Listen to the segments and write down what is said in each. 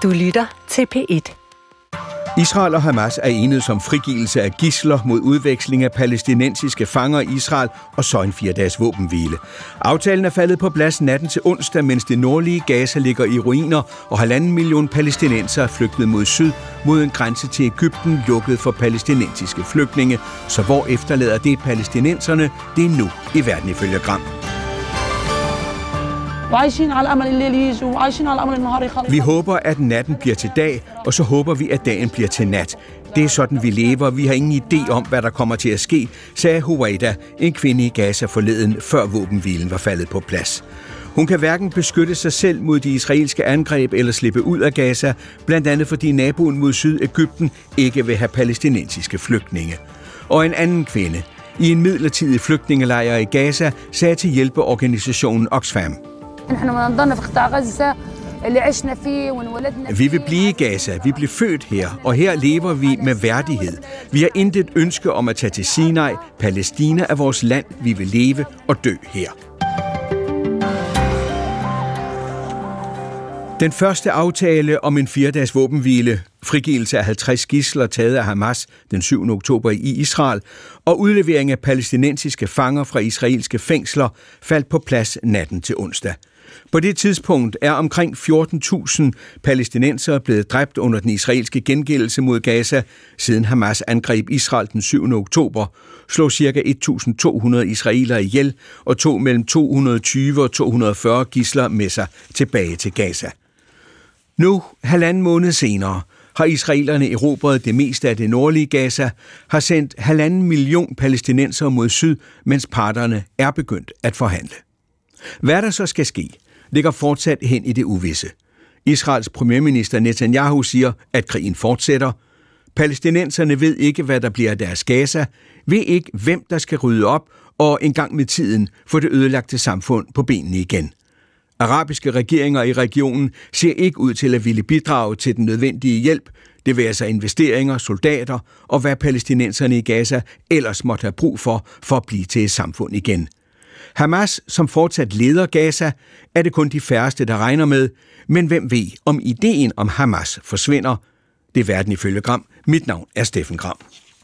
Du lytter til P1. Israel og Hamas er enedes om frigivelse af gidsler mod udveksling af palæstinensiske fanger i Israel og så en 4-dages våbenhvile. Aftalen er faldet på plads natten til onsdag, mens det nordlige Gaza ligger i ruiner, og 1,5 million palæstinenser er flygtet mod syd, mod en grænse til Egypten lukket for palæstinensiske flygtninge. Så hvor efterlader det palæstinenserne? Det er nu i Verden ifølge Gram. Vi håber, at natten bliver til dag, og så håber vi, at dagen bliver til nat. Det er sådan, vi lever. Vi har ingen idé om, hvad der kommer til at ske, sagde Huwaida, en kvinde i Gaza forleden, før våbenhvilen var faldet på plads. Hun kan hverken beskytte sig selv mod de israelske angreb eller slippe ud af Gaza, blandt andet fordi naboen mod syd, Egypten, ikke vil have palæstinensiske flygtninge. Og en anden kvinde i en midlertidig flygtningelejr i Gaza sagde til hjælpeorganisationen Oxfam: Vi vil blive i Gaza. Vi blev født her, og her lever vi med værdighed. Vi har intet ønske om at tage til Sinai. Palæstina er vores land. Vi vil leve og dø her. Den første aftale om en 4-dages våbenhvile, frigivelse af 50 gidsler taget af Hamas den 7. oktober i Israel og udlevering af palæstinensiske fanger fra israelske fængsler faldt på plads natten til onsdag. På det tidspunkt er omkring 14.000 palæstinensere blevet dræbt under den israelske gengældelse mod Gaza, siden Hamas angreb Israel den 7. oktober, slog ca. 1.200 israelere ihjel og tog mellem 220 og 240 gidsler med sig tilbage til Gaza. Nu, 1,5 måned senere, har israelerne erobret det meste af det nordlige Gaza, har sendt 1,5 million palæstinensere mod syd, mens parterne er begyndt at forhandle. Hvad der så skal ske, ligger fortsat hen i det uvisse. Israels premierminister Netanyahu siger, at krigen fortsætter. Palæstinenserne ved ikke, hvad der bliver af deres Gaza, ved ikke, hvem der skal rydde op, og engang med tiden få det ødelagte samfund på benene igen. Arabiske regeringer i regionen ser ikke ud til at ville bidrage til den nødvendige hjælp, det vil altså investeringer, soldater og hvad palæstinenserne i Gaza ellers måtte have brug for at blive til et samfund igen. Hamas, som fortsat leder Gaza, er det kun de færreste, der regner med, men hvem ved, om ideen om Hamas forsvinder? Det er Verden ifølge Gram. Mit navn er Steffen Gram.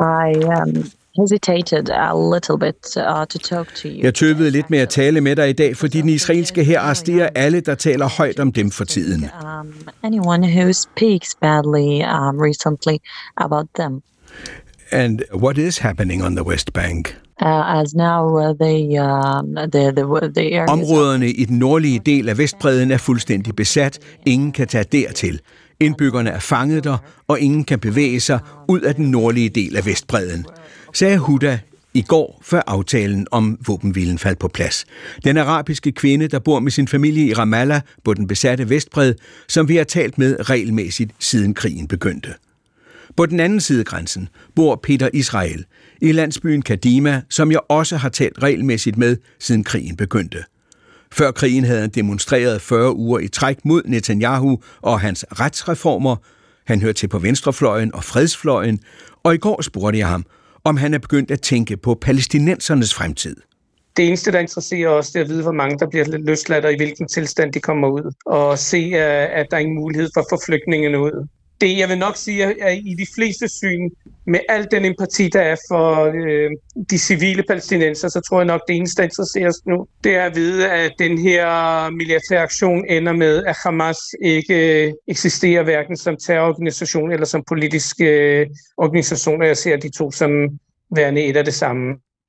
Jeg tøvede lidt med at tale med dig i dag, fordi den israelske hær arresterer alle, der taler højt om dem for tiden. Anyone who speaks badly recently about them. And what is happening on the West Bank? As now the areas. Områderne i den nordlige del af Vestbredden er fuldstændig besat. Ingen kan tage dertil. Indbyggerne er fanget der, og ingen kan bevæge sig ud af den nordlige del af Vestbredden, sagde Huda i går, før aftalen om våbenhvilen faldt på plads. Den arabiske kvinde, der bor med sin familie i Ramallah på den besatte Vestbred, som vi har talt med regelmæssigt siden krigen begyndte. På den anden side grænsen bor Peter Israel i landsbyen Kadima, som jeg også har talt regelmæssigt med, siden krigen begyndte. Før krigen havde han demonstreret 40 uger i træk mod Netanyahu og hans retsreformer. Han hørte til på venstrefløjen og fredsfløjen, og i går spurgte jeg ham, om han er begyndt at tænke på palæstinensernes fremtid. Det eneste, der interesserer os, det er at vide, hvor mange der bliver løsladt, og i hvilken tilstand de kommer ud, og se, at der er ingen mulighed for at få flygtningene ud. Det, jeg vil nok sige, er i de fleste syn, med al den empati, der er for de civile palæstinenser, så tror jeg nok, det eneste, der interesserer os nu, det er at vide, at den her militære aktion ender med, at Hamas ikke eksisterer hverken som terrororganisation eller som politisk organisation, og jeg ser de to som værende et af det samme.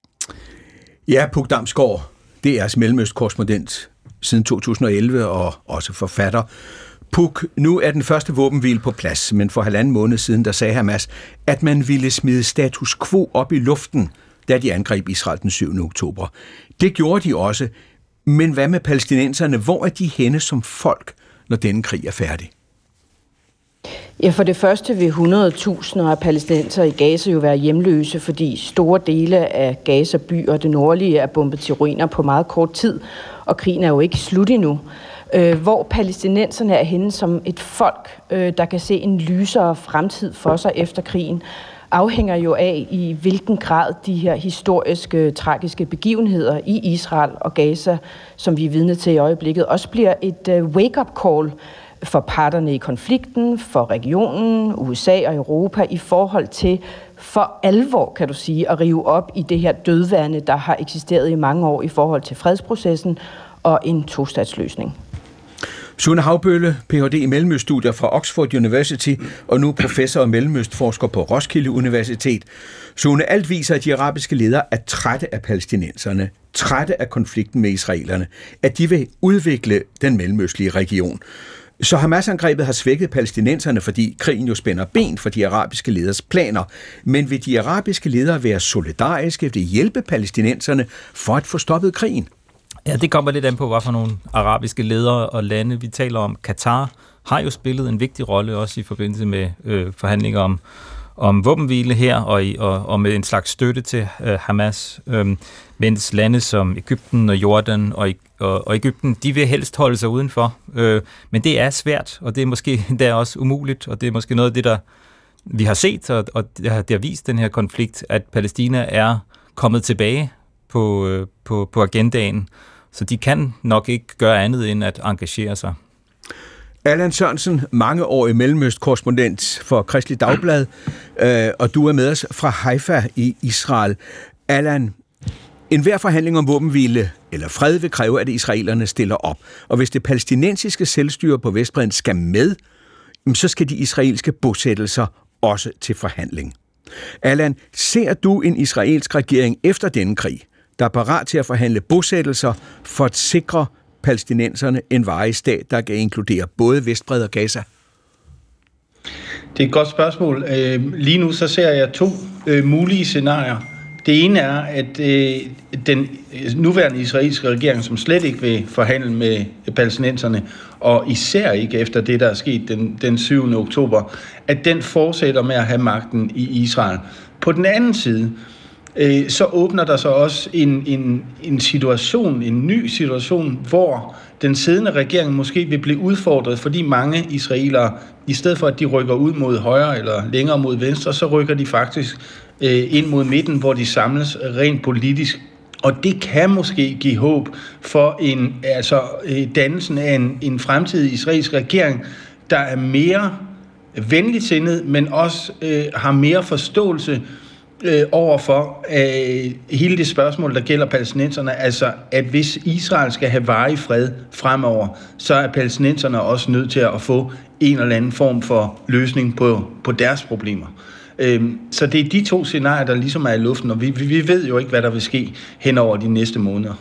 Ja, Puk Damsgaard, DR's mellemøstkorrespondent siden 2011 og også forfatter. Puk, nu er den første våbenhvile på plads, men for 1,5 måned siden, der sagde Hamas, at man ville smide status quo op i luften, da de angreb Israel den 7. oktober. Det gjorde de også, men hvad med palæstinenserne? Hvor er de henne som folk, når denne krig er færdig? Ja, for det første vil 100.000 af palæstinenser i Gaza jo være hjemløse, fordi store dele af Gaza by og det nordlige er bombet til ruiner på meget kort tid, og krigen er jo ikke slut endnu. Hvor palæstinenserne er henne som et folk, der kan se en lysere fremtid for sig efter krigen, afhænger jo af, i hvilken grad de her historiske, tragiske begivenheder i Israel og Gaza, som vi er vidne til i øjeblikket, også bliver et wake-up call for parterne i konflikten, for regionen, USA og Europa, i forhold til for alvor, kan du sige, at rive op i det her dødvande, der har eksisteret i mange år i forhold til fredsprocessen og en tostatsløsning. Sune Haubølle, Ph.D. i Mellemøststudier fra Oxford University og nu professor og mellemøstforsker på Roskilde Universitet. Sune, alt viser, at de arabiske ledere er trætte af palæstinenserne, trætte af konflikten med israelerne, at de vil udvikle den mellemøstlige region. Så Hamas-angrebet har svækket palæstinenserne, fordi krigen jo spænder ben for de arabiske leders planer. Men vil de arabiske ledere være solidariske, vil de hjælpe palæstinenserne for at få stoppet krigen? Ja, det kommer lidt an på, hvad for nogle arabiske ledere og lande vi taler om. Katar har jo spillet en vigtig rolle også i forbindelse med forhandlinger om våbenhvile her og med en slags støtte til Hamas, mens lande som Egypten og Jordan og Egypten, de vil helst holde sig udenfor. Men det er svært, og det er måske endda også umuligt, og det er måske noget af det, der vi har set, og det har vist den her konflikt, at Palæstina er kommet tilbage på agendaen, så de kan nok ikke gøre andet end at engagere sig. Allan Sørensen, mangeårig mellemøstkorrespondent for Kristelig Dagblad, og du er med os fra Haifa i Israel. Allan, enhver forhandling om våbenhvile eller fred vil kræve, at israelerne stiller op. Og hvis det palæstinensiske selvstyre på Vestbredden skal med, så skal de israelske bosættelser også til forhandling. Allan, ser du en israelsk regering efter denne krig, der er parat til at forhandle bosættelser for at sikre palæstinenserne en varig stat, der kan inkludere både Vestbred og Gaza? Det er et godt spørgsmål. Lige nu så ser jeg to mulige scenarier. Det ene er, at den nuværende israelske regering, som slet ikke vil forhandle med palæstinenserne, og især ikke efter det, der er sket den 7. oktober, at den fortsætter med at have magten i Israel. På den anden side, så åbner der sig også en situation, en ny situation, hvor den siddende regering måske vil blive udfordret, fordi mange israelere, i stedet for at de rykker ud mod højre eller længere mod venstre, så rykker de faktisk ind mod midten, hvor de samles rent politisk. Og det kan måske give håb for dannelsen af en fremtidig israelsk regering, der er mere venligsindet, men også har mere forståelse overfor hele det spørgsmål, der gælder palæstinenserne, altså at hvis Israel skal have varig fred fremover, så er palæstinenserne også nødt til at få en eller anden form for løsning på deres problemer. Så det er de to scenarier, der ligesom er i luften, og vi ved jo ikke, hvad der vil ske hen over de næste måneder.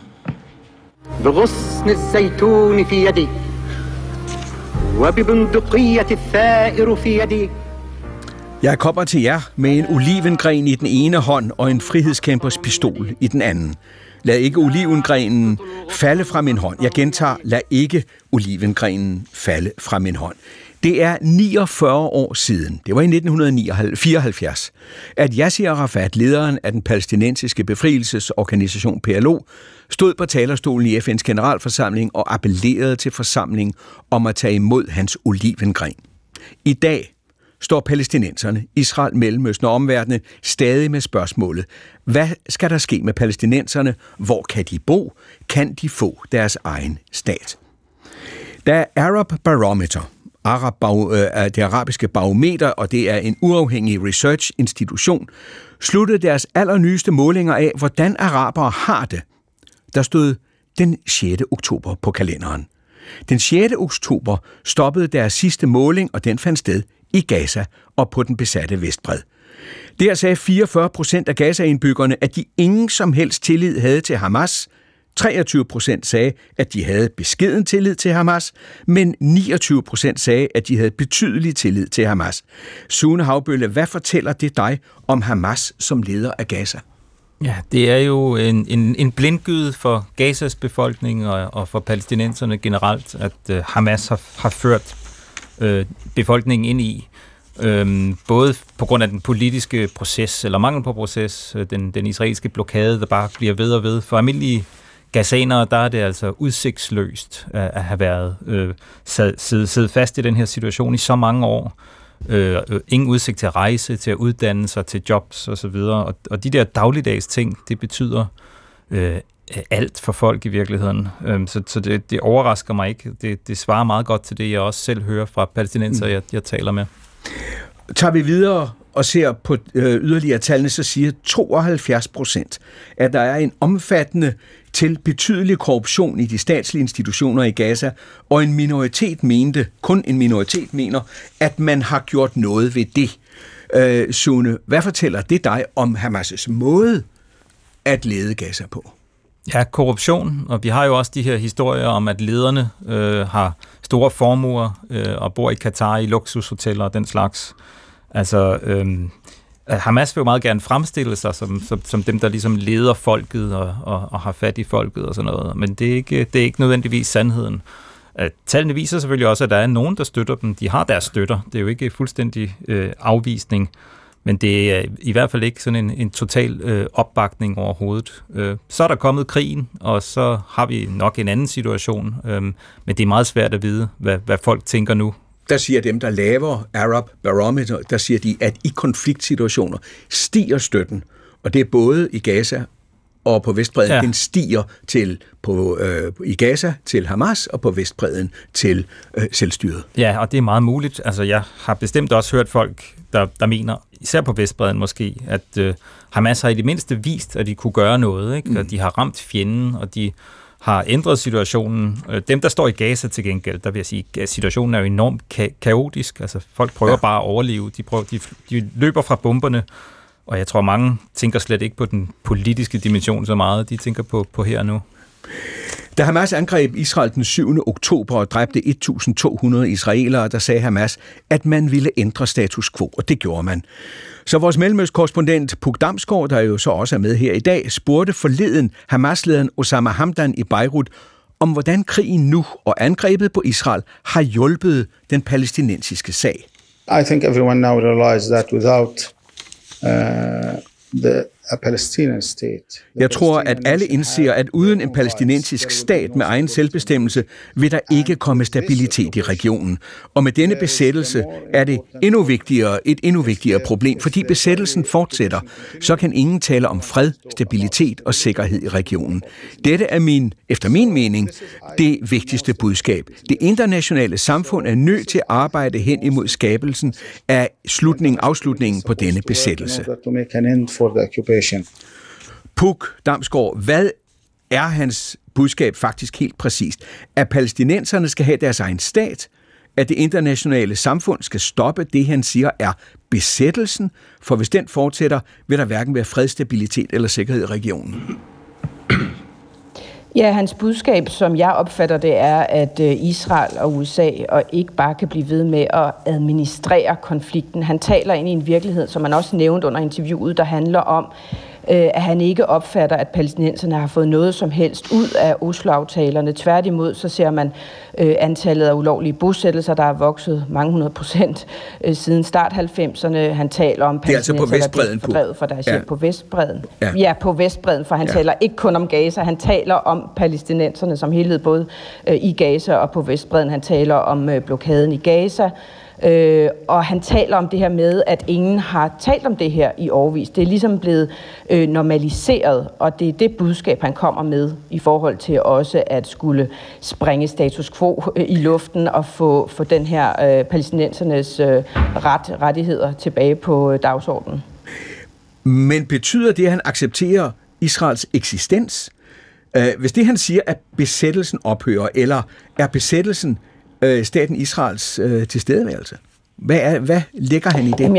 Jeg kommer til jer med en olivengren i den ene hånd og en frihedskæmpers pistol i den anden. Lad ikke olivengrenen falde fra min hånd. Jeg gentager, lad ikke olivengrenen falde fra min hånd. Det er 49 år siden, det var i 1974, at Yasser Arafat, lederen af den palæstinensiske befrielsesorganisation PLO, stod på talerstolen i FN's generalforsamling og appellerede til forsamlingen om at tage imod hans olivengren. I dag står palæstinenserne, Israel, Mellemøsten og omverdenen stadig med spørgsmålet: hvad skal der ske med palæstinenserne? Hvor kan de bo? Kan de få deres egen stat? Da Arab Barometer, det arabiske barometer, og det er en uafhængig research-institution, sluttede deres allernyeste målinger af, hvordan arabere har det, der stod den 6. oktober på kalenderen. Den 6. oktober stoppede deres sidste måling, og den fandt sted i Gaza og på den besatte Vestbred. Der sagde 44% af Gaza-indbyggerne, at de ingen som helst tillid havde til Hamas. 23% sagde, at de havde beskeden tillid til Hamas, men 29% sagde, at de havde betydelig tillid til Hamas. Sune Haubølle, hvad fortæller det dig om Hamas som leder af Gaza? Ja, det er jo en blindgyde for Gazas befolkning og for palæstinenserne generelt, at Hamas har ført befolkningen ind i. Både på grund af den politiske proces, eller mangel på proces, den israelske blokade, der bare bliver ved og ved. For almindelige gazanere, der er det altså udsigtsløst at have været siddet fast i den her situation i så mange år. Ingen udsigt til at rejse, til at uddanne sig, til jobs osv. Og de der dagligdags ting, det betyder alt for folk i virkeligheden. Så det overrasker mig ikke. Det svarer meget godt til det, jeg også selv hører fra palæstinenser, jeg taler med. Tager vi videre og ser på yderligere tallene, så siger 72%, at der er en omfattende til betydelig korruption i de statslige institutioner i Gaza, og kun en minoritet mener, at man har gjort noget ved det. Sune, hvad fortæller det dig om Hamas' måde at lede Gaza på? Ja, korruption, og vi har jo også de her historier om, at lederne har store formuer og bor i Katar i luksushoteller og den slags. Altså, Hamas vil jo meget gerne fremstille sig som dem, der ligesom leder folket og har fat i folket og sådan noget, men det er ikke nødvendigvis sandheden. Tallene viser selvfølgelig også, at der er nogen, der støtter dem. De har deres støtter. Det er jo ikke fuldstændig afvisning, men det er i hvert fald ikke sådan en total opbakning overhovedet. Så er der kommet krigen, og så har vi nok en anden situation, men det er meget svært at vide, hvad folk tænker nu. Der siger dem, der laver Arab Barometer, der siger de, at i konfliktsituationer stiger støtten, og det er både i Gaza og på Vestbredden. Ja. Den stiger i Gaza til Hamas, og på Vestbredden til selvstyret. Ja, og det er meget muligt. Altså, jeg har bestemt også hørt folk, der mener, især på Vestbredden måske, at Hamas har i det mindste vist, at de kunne gøre noget, ikke? Og de har ramt fjenden, og de har ændret situationen. Dem, der står i Gaza til gengæld, der vil jeg sige, at situationen er jo enormt kaotisk. Altså, folk prøver bare at overleve. De løber fra bomberne, og jeg tror, mange tænker slet ikke på den politiske dimension så meget. De tænker på her og nu. Da Hamas angreb Israel den 7. oktober og dræbte 1.200 israelere, der sagde Hamas, at man ville ændre status quo, og det gjorde man. Så vores mellemøstkorrespondent Puk Damsgaard, der jo så også er med her i dag, spurgte forleden Hamas-lederen Osama Hamdan i Beirut, om hvordan krigen nu og angrebet på Israel har hjulpet den palæstinensiske sag. I think everyone now realizes that without a Palestinian state. Jeg tror, at alle indser, at uden en palæstinensisk stat med egen selvbestemmelse, vil der ikke komme stabilitet i regionen. Og med denne besættelse er det et endnu vigtigere problem, fordi besættelsen fortsætter. Så kan ingen tale om fred, stabilitet og sikkerhed i regionen. Dette er efter min mening det vigtigste budskab. Det internationale samfund er nødt til at arbejde hen imod skabelsen af afslutningen på denne besættelse. Puk Damsgaard, hvad er hans budskab faktisk helt præcist? At palæstinenserne skal have deres egen stat? At det internationale samfund skal stoppe det, han siger, er besættelsen? For hvis den fortsætter, vil der hverken være fred, stabilitet eller sikkerhed i regionen. Ja, hans budskab, som jeg opfatter det, er, at Israel og USA og ikke bare kan blive ved med at administrere konflikten. Han taler ind i en virkelighed, som man også nævnte under interviewet, der handler om, at han ikke opfatter, at palæstinenserne har fået noget som helst ud af Oslo-aftalerne. Tværtimod, så ser man antallet af ulovlige bosættelser, der er vokset mange 100% siden start 90'erne. Han taler om palæstinenser, der bliver fordrevet fra deres hjem på Vestbredden. Ja, på Vestbredden, for han taler ikke kun om Gaza, han taler om palæstinenserne som helhed, både i Gaza og på Vestbredden. Han taler om blokaden i Gaza. Og han taler om det her med, at ingen har talt om det her i årevis. Det er ligesom blevet normaliseret, og det er det budskab, han kommer med i forhold til også at skulle sprænge status quo i luften og få den her palæstinensernes rettigheder tilbage på dagsordenen. Men betyder det, at han accepterer Israels eksistens? Hvis det, han siger, at besættelsen ophører, eller er besættelsen staten Israels tilstedeværelse? Hvad lægger han i det?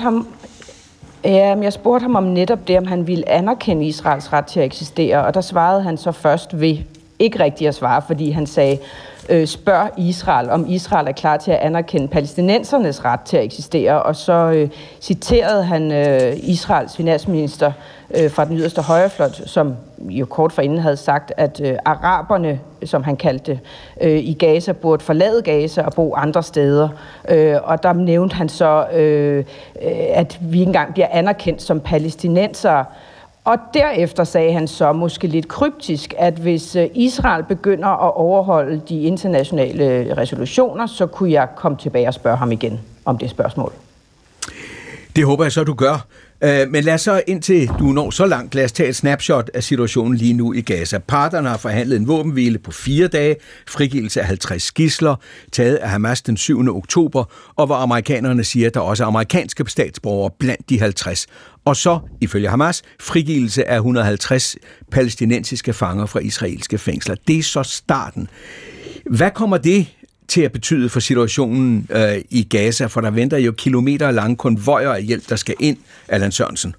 Jeg spurgte ham om netop det, om han ville anerkende Israels ret til at eksistere, og der svarede han så først ved ikke rigtig at svare, fordi han sagde, spørg Israel, om Israel er klar til at anerkende palæstinensernes ret til at eksistere, og så citerede han Israels finansminister fra den yderste højrefløj, som jo kort forinden havde sagt, at araberne, som han kaldte i Gaza, burde forlade Gaza og bo andre steder. Og der nævnte han så, at vi ikke engang bliver anerkendt som palæstinensere. Og derefter sagde han så måske lidt kryptisk, at hvis Israel begynder at overholde de internationale resolutioner, så kunne jeg komme tilbage og spørge ham igen om det spørgsmål. Det håber jeg så, du gør. Men lad os så, indtil du når så langt, lad os tage et snapshot af situationen lige nu i Gaza. Parterne har forhandlet en våbenhvile på 4 dage, frigivelse af 50 gidsler, taget af Hamas den 7. oktober, og hvor amerikanerne siger, at der også er amerikanske statsborgere blandt de 50. Og så, ifølge Hamas, frigivelse af 150 palæstinensiske fanger fra israelske fængsler. Det er så starten. Hvad kommer det til at betyde for situationen i Gaza? For der venter jo kilometer lange konvojer af hjælp, der skal ind, Allan Sørensen.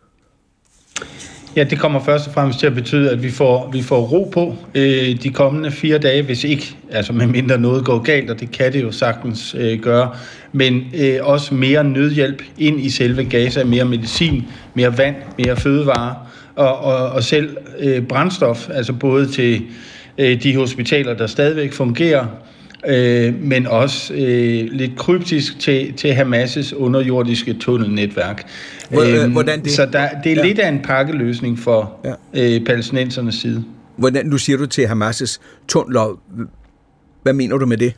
Ja, det kommer først og fremmest til at betyde, at vi får ro på de kommende 4 dage, hvis ikke, altså medmindre noget går galt, og det kan det jo sagtens gøre, men også mere nødhjælp ind i selve Gaza, mere medicin, mere vand, mere fødevarer, og selv brændstof, altså både til de hospitaler, der stadigvæk fungerer, men også lidt kryptisk til Hamas' underjordiske tunnelnetværk. Hvordan det? Så det er lidt af en pakkeløsning for palæstinensernes side. Nu siger du til Hamas' tunneler. Hvad mener du med det?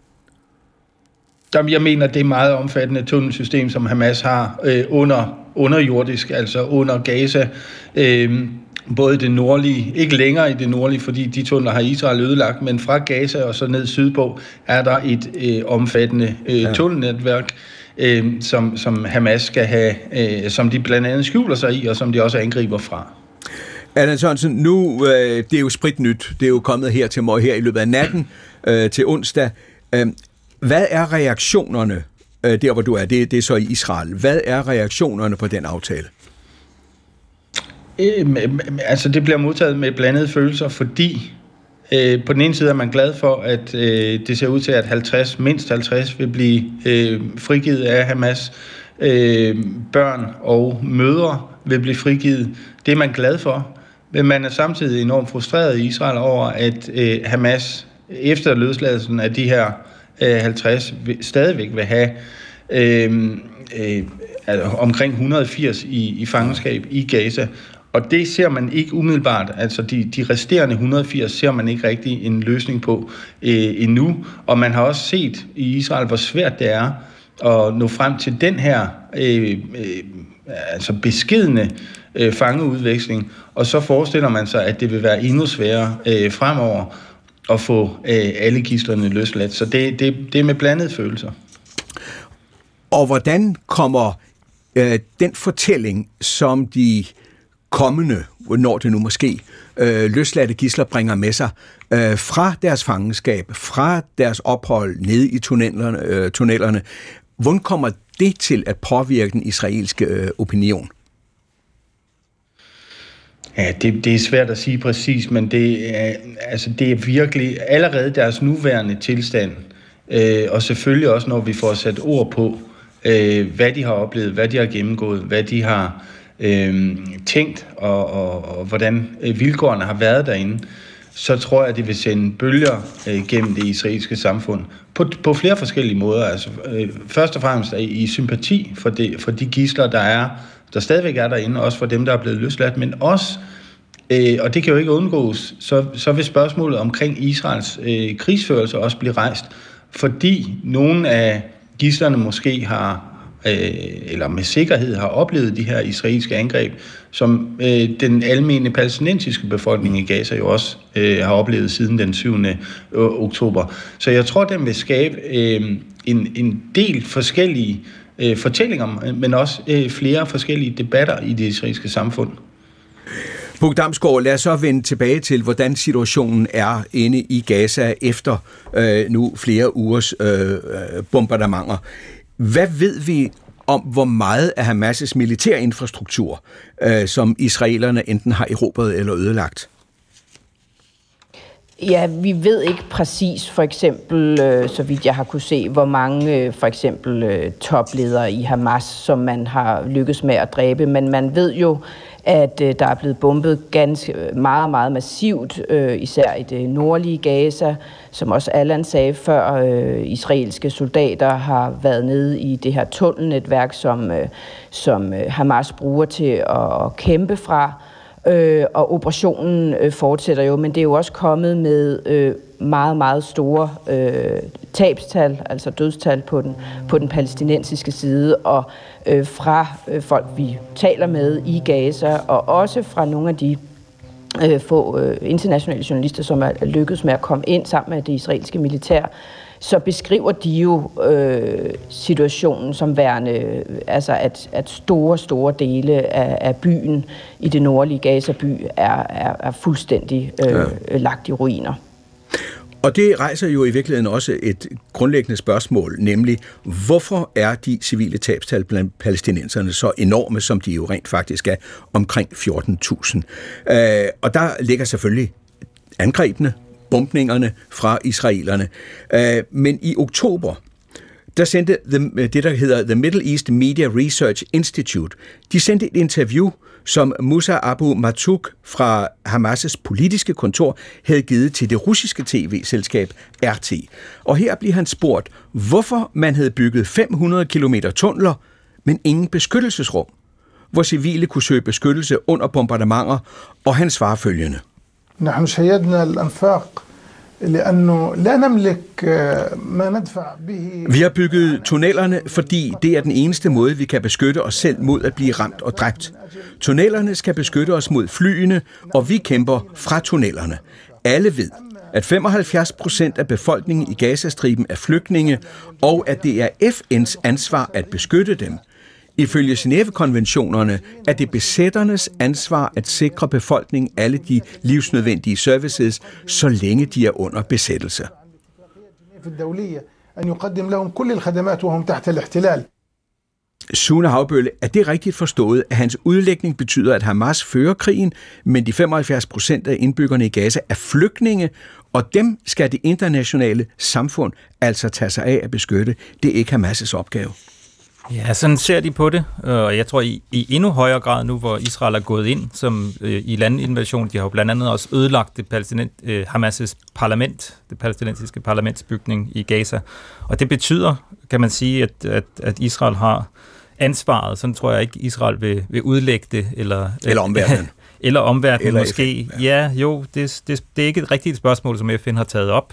Jeg mener, det er et meget omfattende tunnelsystem, som Hamas har underjordisk, altså under Gaza. Både det nordlige, ikke længere i det nordlige, fordi de tunneler har Israel ødelagt, men fra Gaza og så ned sydpå er der et omfattende tunnelnetværk, som Hamas skal have, som de blandt andet skjuler sig i, og som de også angriber fra. Allan Sørensen, nu det er jo spritnyt. Det er jo kommet her til mig her i løbet af natten til onsdag. Hvad er reaktionerne der, hvor du er? Det er så i Israel. Hvad er reaktionerne på den aftale? Altså det bliver modtaget med blandede følelser, fordi på den ene side er man glad for, at det ser ud til, at mindst 50 vil blive frigivet af Hamas. Børn og mødre vil blive frigivet. Det er man glad for, men man er samtidig enormt frustreret i Israel over, at Hamas efter løsladelsen af de her 50 stadigvæk vil have omkring 180 i fangenskab i Gaza. Og det ser man ikke umiddelbart, altså de resterende 180 ser man ikke rigtig en løsning på endnu. Og man har også set i Israel, hvor svært det er at nå frem til den her altså beskedne fangeudveksling. Og så forestiller man sig, at det vil være endnu sværere fremover at få alle gidslerne løsladt. Så det er med blandede følelser. Og hvordan kommer den fortælling, som de kommende, når det nu måske, løsladte gidsler bringer med sig, fra deres fangenskab, fra deres ophold nede i tunnelerne, hvordan kommer det til at påvirke den israelske opinion? Ja, det er svært at sige præcis, men det er virkelig allerede deres nuværende tilstand, og selvfølgelig også, når vi får sat ord på, hvad de har oplevet, hvad de har gennemgået, hvad de har tænkt, og hvordan vilkårene har været derinde, så tror jeg, at det vil sende bølger gennem det israelske samfund på flere forskellige måder. Altså, først og fremmest i sympati for de gidsler, der stadigvæk er derinde, også for dem, der er blevet løsladt, men også, og det kan jo ikke undgås, så vil spørgsmålet omkring Israels krigsførelse også blive rejst, fordi nogle af gidslerne måske har eller med sikkerhed har oplevet de her israelske angreb, som den almene palæstinensiske befolkning i Gaza jo også har oplevet siden den 7. oktober. Så jeg tror, den vil skabe en del forskellige fortællinger, men også flere forskellige debatter i det israelske samfund. Puk Damsgaard, lad os så vende tilbage til, hvordan situationen er inde i Gaza efter nu flere ugers bombardementer. Hvad ved vi om, hvor meget af Hamas' militærinfrastruktur, som israelerne enten har erobret eller ødelagt? Ja, vi ved ikke præcis, for eksempel, så vidt jeg har kunne se, hvor mange for eksempel topledere i Hamas, som man har lykkes med at dræbe, men man ved jo, at der er blevet bombet ganske meget, meget massivt, især i det nordlige Gaza, som også Allan sagde før. Israelske soldater har været nede i det her tunnelnetværk, som Hamas bruger til at kæmpe fra. og operationen fortsætter jo, men det er jo også kommet med meget, meget store tabstal, altså dødstal på den palæstinensiske side, og fra folk, vi taler med i Gaza, og også fra nogle af de få internationale journalister, som er lykkedes med at komme ind sammen med det israelske militær, så beskriver de jo situationen som værende, altså at store dele af byen i det nordlige Gaza-by er fuldstændig lagt i ruiner. Og det rejser jo i virkeligheden også et grundlæggende spørgsmål, nemlig hvorfor er de civile tabstal blandt palæstinenserne så enorme, som de jo rent faktisk er, omkring 14.000. Og der ligger selvfølgelig angrebene, bombningerne fra israelerne. Men i oktober, der sendte det, der hedder The Middle East Media Research Institute, de sendte et interview, som Musa Abu Matuk fra Hamas' politiske kontor havde givet til det russiske tv-selskab RT. Og her blev han spurgt, hvorfor man havde bygget 500 kilometer tunneler, men ingen beskyttelsesrum, hvor civile kunne søge beskyttelse under bombardementer, og han svarer følgende. Vi har bygget tunnelerne, fordi det er den eneste måde, vi kan beskytte os selv mod at blive ramt og dræbt. Tunnelerne skal beskytte os mod flyene, og vi kæmper fra tunnelerne. Alle ved, at 75% af befolkningen i Gazastriben er flygtninge, og at det er FN's ansvar at beskytte dem. Ifølge Genève-konventionerne er det besætternes ansvar at sikre befolkningen alle de livsnødvendige services, så længe de er under besættelse. Sune Havbølle, er det rigtigt forstået, at hans udlægning betyder, at Hamas fører krigen, men de 75% af indbyggerne i Gaza er flygtninge, og dem skal det internationale samfund altså tage sig af at beskytte? Det er ikke Hamas' opgave. Ja, sådan ser de på det, og jeg tror i endnu højere grad nu, hvor Israel er gået ind som i landinvasion, de har jo blandt andet også ødelagt Hamas' parlament, det palæstinensiske parlamentsbygning i Gaza, og det betyder, kan man sige, at Israel har ansvaret. Sådan tror jeg ikke, Israel vil udlægge det, eller omverdenen. eller omverdenen eller måske. FN, ja. Ja, jo, det er ikke et rigtigt spørgsmål, som FN har taget op.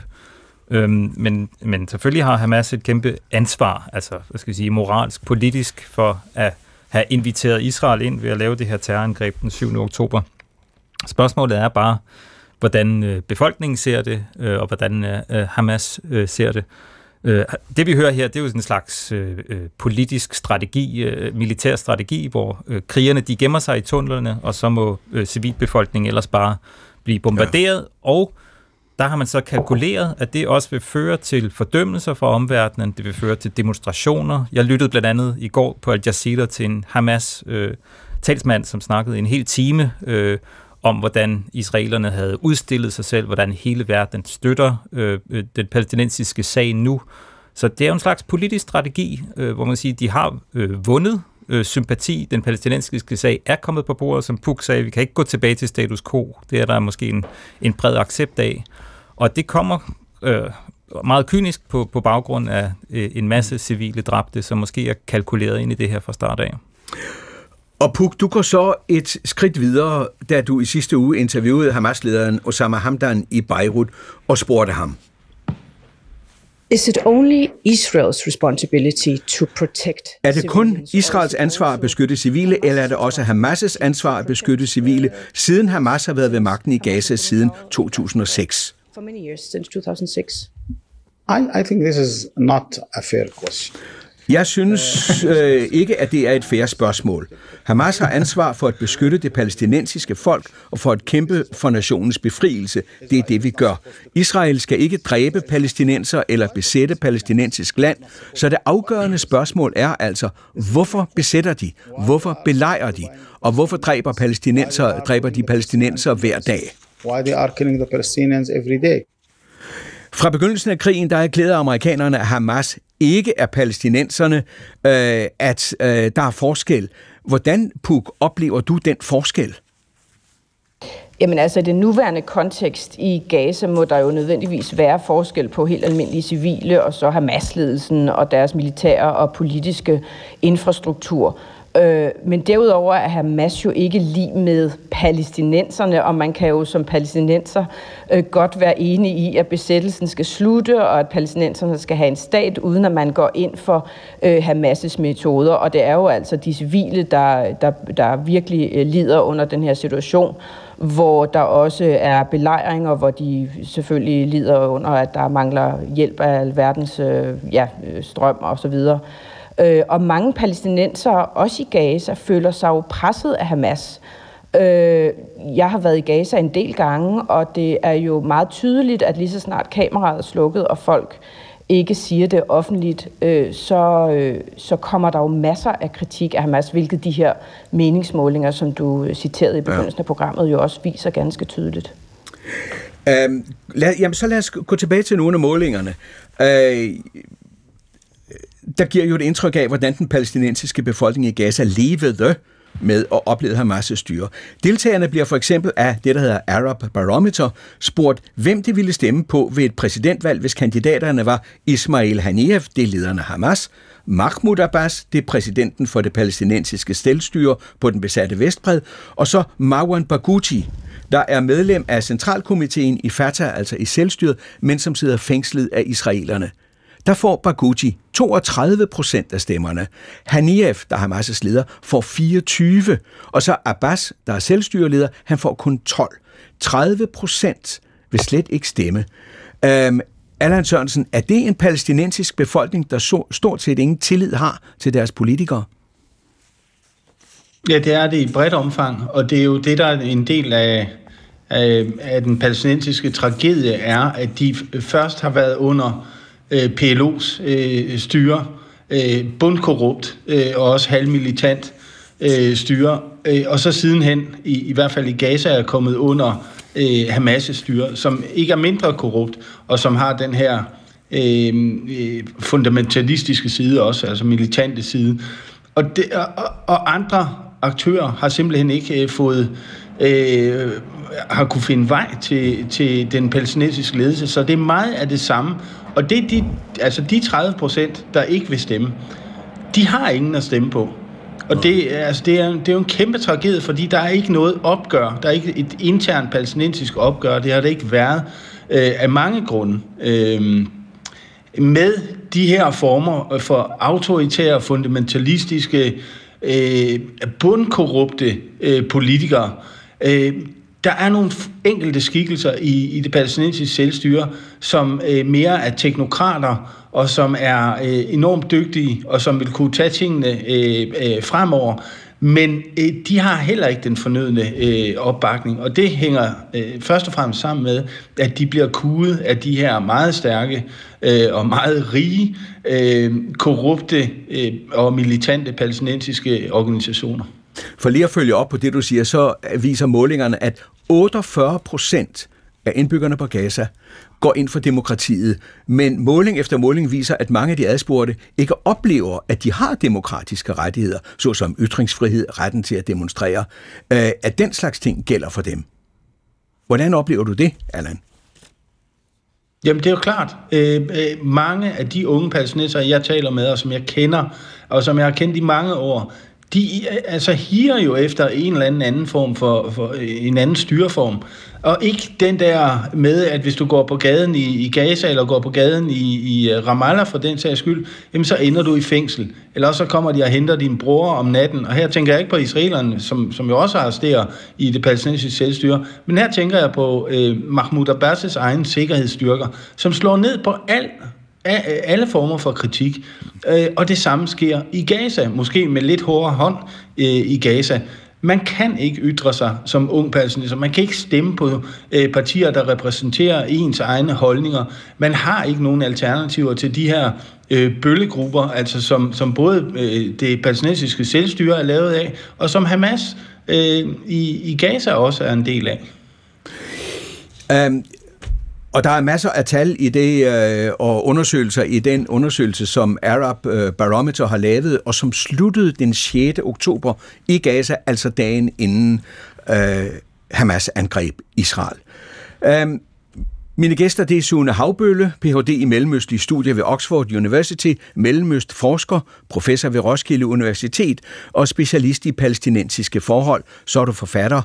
Men selvfølgelig har Hamas et kæmpe ansvar, altså hvad skal vi sige, moralsk, politisk, for at have inviteret Israel ind ved at lave det her terrorangreb den 7. oktober. Spørgsmålet er bare, hvordan befolkningen ser det, og hvordan Hamas ser det. Det vi hører her, det er jo sådan en slags politisk strategi, militær strategi, hvor krigerne de gemmer sig i tunnelerne, og så må civilbefolkningen ellers bare blive bombarderet, og der har man så kalkuleret, at det også vil føre til fordømmelser fra omverdenen, det vil føre til demonstrationer. Jeg lyttede blandt andet i går på Al Jazeera til en Hamas-talsmand, som snakkede en hel time om, hvordan israelerne havde udstillet sig selv, hvordan hele verden støtter den palæstinensiske sag nu. Så det er jo en slags politisk strategi, hvor man siger, at de har vundet sympati. Den palæstinensiske sag er kommet på bordet, som Puk sagde, vi kan ikke gå tilbage til status quo. Det er der måske en bred accept af. Og det kommer meget kynisk på baggrund af en masse civile dræbte, som måske er kalkuleret ind i det her fra start af. Og Puk, du går så et skridt videre, da du i sidste uge interviewede Hamas-lederen Osama Hamdan i Beirut og spurgte ham. Is it only Israel's responsibility to protect? Er det kun Israels ansvar at beskytte civile, eller er det også Hamas' ansvar at beskytte civile, siden Hamas har været ved magten i Gaza siden 2006? For many years, since 2006. I think this is not a fair question. Jeg synes ikke, at det er et fair spørgsmål. Hamas har ansvar for at beskytte det palæstinensiske folk og for at kæmpe for nationens befrielse. Det er det, vi gør. Israel skal ikke dræbe palæstinenser eller besætte palæstinensisk land, så det afgørende spørgsmål er altså, hvorfor besætter de? Hvorfor belejrer de? Og hvorfor dræber de palæstinenser hver dag? Why they are killing the Palestinians every day? Fra begyndelsen af krigen, der erklærede amerikanerne, at Hamas ikke er palæstinenserne, at der er forskel. Hvordan, Puk, oplever du den forskel? Jamen altså, i den nuværende kontekst i Gaza må der jo nødvendigvis være forskel på helt almindelige civile, og så Hamas-ledelsen og deres militære og politiske infrastruktur. Men derudover er Hamas jo ikke lig med palæstinenserne, og man kan jo som palæstinenser godt være enig i, at besættelsen skal slutte, og at palæstinenserne skal have en stat, uden at man går ind for Hamas' metoder. Og det er jo altså de civile, der virkelig lider under den her situation, hvor der også er belejringer, hvor de selvfølgelig lider under, at der mangler hjælp af alverdens strøm og så videre. Og mange palæstinensere, også i Gaza, føler sig jo presset af Hamas. Jeg har været i Gaza en del gange, og det er jo meget tydeligt, at lige så snart kameraet er slukket, og folk ikke siger det offentligt, så kommer der jo masser af kritik af Hamas, hvilket de her meningsmålinger, som du citerede i begyndelsen af programmet, jo også viser ganske tydeligt. Så lad os gå tilbage til nogle af målingerne. Der giver jo et indtryk af, hvordan den palæstinensiske befolkning i Gaza levede med at opleve Hamas' styre. Deltagerne bliver for eksempel af det, der hedder Arab Barometer, spurgt, hvem det ville stemme på ved et præsidentvalg, hvis kandidaterne var Ismail Haniyeh, det er lederen af Hamas, Mahmoud Abbas, det er præsidenten for det palæstinensiske selvstyre på den besatte Vestbred, og så Marwan Barghouti, der er medlem af centralkomiteen i Fatah, altså i selvstyret, men som sidder fængslet af israelerne. Der får Barghouti 32% af stemmerne. Haniyeh, der er Hamas' leder, får 24%. Og så Abbas, der er selvstyreleder, han får kun 12%. 30% vil slet ikke stemme. Allan Sørensen, er det en palæstinensisk befolkning, der stort set ingen tillid har til deres politikere? Ja, det er det i bredt omfang, og det er jo det, der er en del af den palæstinensiske tragedie, er, at de først har været under PLO's styre, bundkorrupt og også halvmilitant styre, og så sidenhen, i hvert fald i Gaza, er kommet under Hamas' styre, som ikke er mindre korrupt, og som har den her fundamentalistiske side også, altså militante side. Og andre aktører har simpelthen ikke har kunne finde vej til den palæstinensiske ledelse, så det er meget af det samme. Og det er de 30%, der ikke vil stemme, de har ingen at stemme på. Og det er jo en kæmpe tragedie, fordi der er ikke noget opgør. Der er ikke et internt palæstinensisk opgør. Det har det ikke været af mange grunde. Med de her former for autoritære, fundamentalistiske, bundkorrupte politikere, der er nogle enkelte skikkelser i det palæstinensiske selvstyre, som mere er teknokrater, og som er enormt dygtige, og som vil kunne tage tingene fremover. Men de har heller ikke den fornødne opbakning, og det hænger først og fremmest sammen med, at de bliver kuet af de her meget stærke og meget rige, korrupte og militante palæstinensiske organisationer. For lige at følge op på det, du siger, så viser målingerne, at 48% af indbyggerne på Gaza går ind for demokratiet, men måling efter måling viser, at mange af de adspurgte ikke oplever, at de har demokratiske rettigheder, såsom ytringsfrihed, retten til at demonstrere, at den slags ting gælder for dem. Hvordan oplever du det, Allan? Jamen, det er jo klart. Mange af de unge palæstinensere, jeg taler med, og som jeg kender, og som jeg har kendt i mange år, de higer jo efter en eller anden form for en anden styreform. Og ikke den der med, at hvis du går på gaden i Gaza, eller går på gaden i Ramallah for den sags skyld, jamen så ender du i fængsel. Eller også så kommer de og henter din bror om natten. Og her tænker jeg ikke på israelerne, som jo også arresterer i det palæstinensiske selvstyre. Men her tænker jeg på Mahmoud Abbas' egen sikkerhedsstyrker, som slår ned på alle former for kritik. Og det samme sker i Gaza, måske med lidt hårdere hånd i Gaza. Man kan ikke ytre sig som ung palæstinenser. Man kan ikke stemme på partier, der repræsenterer ens egne holdninger. Man har ikke nogen alternativer til de her bøllegrupper, altså som både det palæstinensiske selvstyre er lavet af, og som Hamas i Gaza også er en del af. Og der er masser af tal i det, og undersøgelser i den undersøgelse, som Arab Barometer har lavet, og som sluttede den 6. oktober i Gaza, altså dagen inden Hamas angreb Israel. Mine gæster, det er Sune Haubølle, Ph.D. i mellemøstlige studier ved Oxford University, mellemøstforsker, professor ved Roskilde Universitet og specialist i palæstinensiske forhold. Så er du forfatter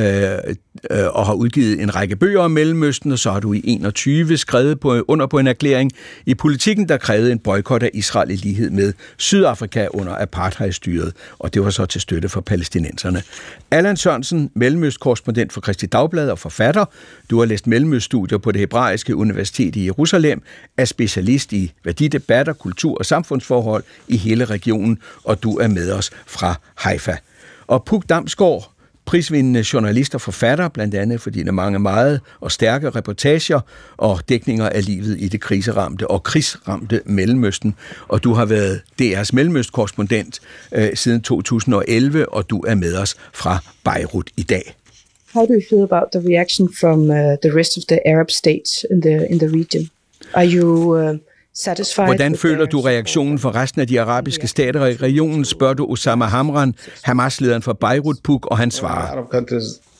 og har udgivet en række bøger om Mellemøsten, og så har du i 21 skrevet under på en erklæring i Politikken, der krævede en boykot af Israel i lighed med Sydafrika under apartheidstyret, og det var så til støtte for palæstinenserne. Allan Sørensen, mellemøstkorrespondent for Kristeligt Dagblad og forfatter. Du har læst mellemøststudier på det hebraiske universitet i Jerusalem, er specialist i værdidebatter, kultur og samfundsforhold i hele regionen, og du er med os fra Haifa. Og Puk Damsgaard, prisvindende journalist og forfatter, blandt andet for dine mange meget og stærke reportager og dækninger af livet i det kriseramte og krigsramte Mellemøsten. Og du har været DR's mellemøstkorrespondent siden 2011, og du er med os fra Beirut i dag. How do you feel about the reaction from the rest of the Arab states in the region? Are you satisfied? Hvordan føler du reaktionen fra resten af de arabiske stater i regionen, spørger du Osama Hamran, Hamas-lederen for Beirut, Puk, og han svarer. Arab countries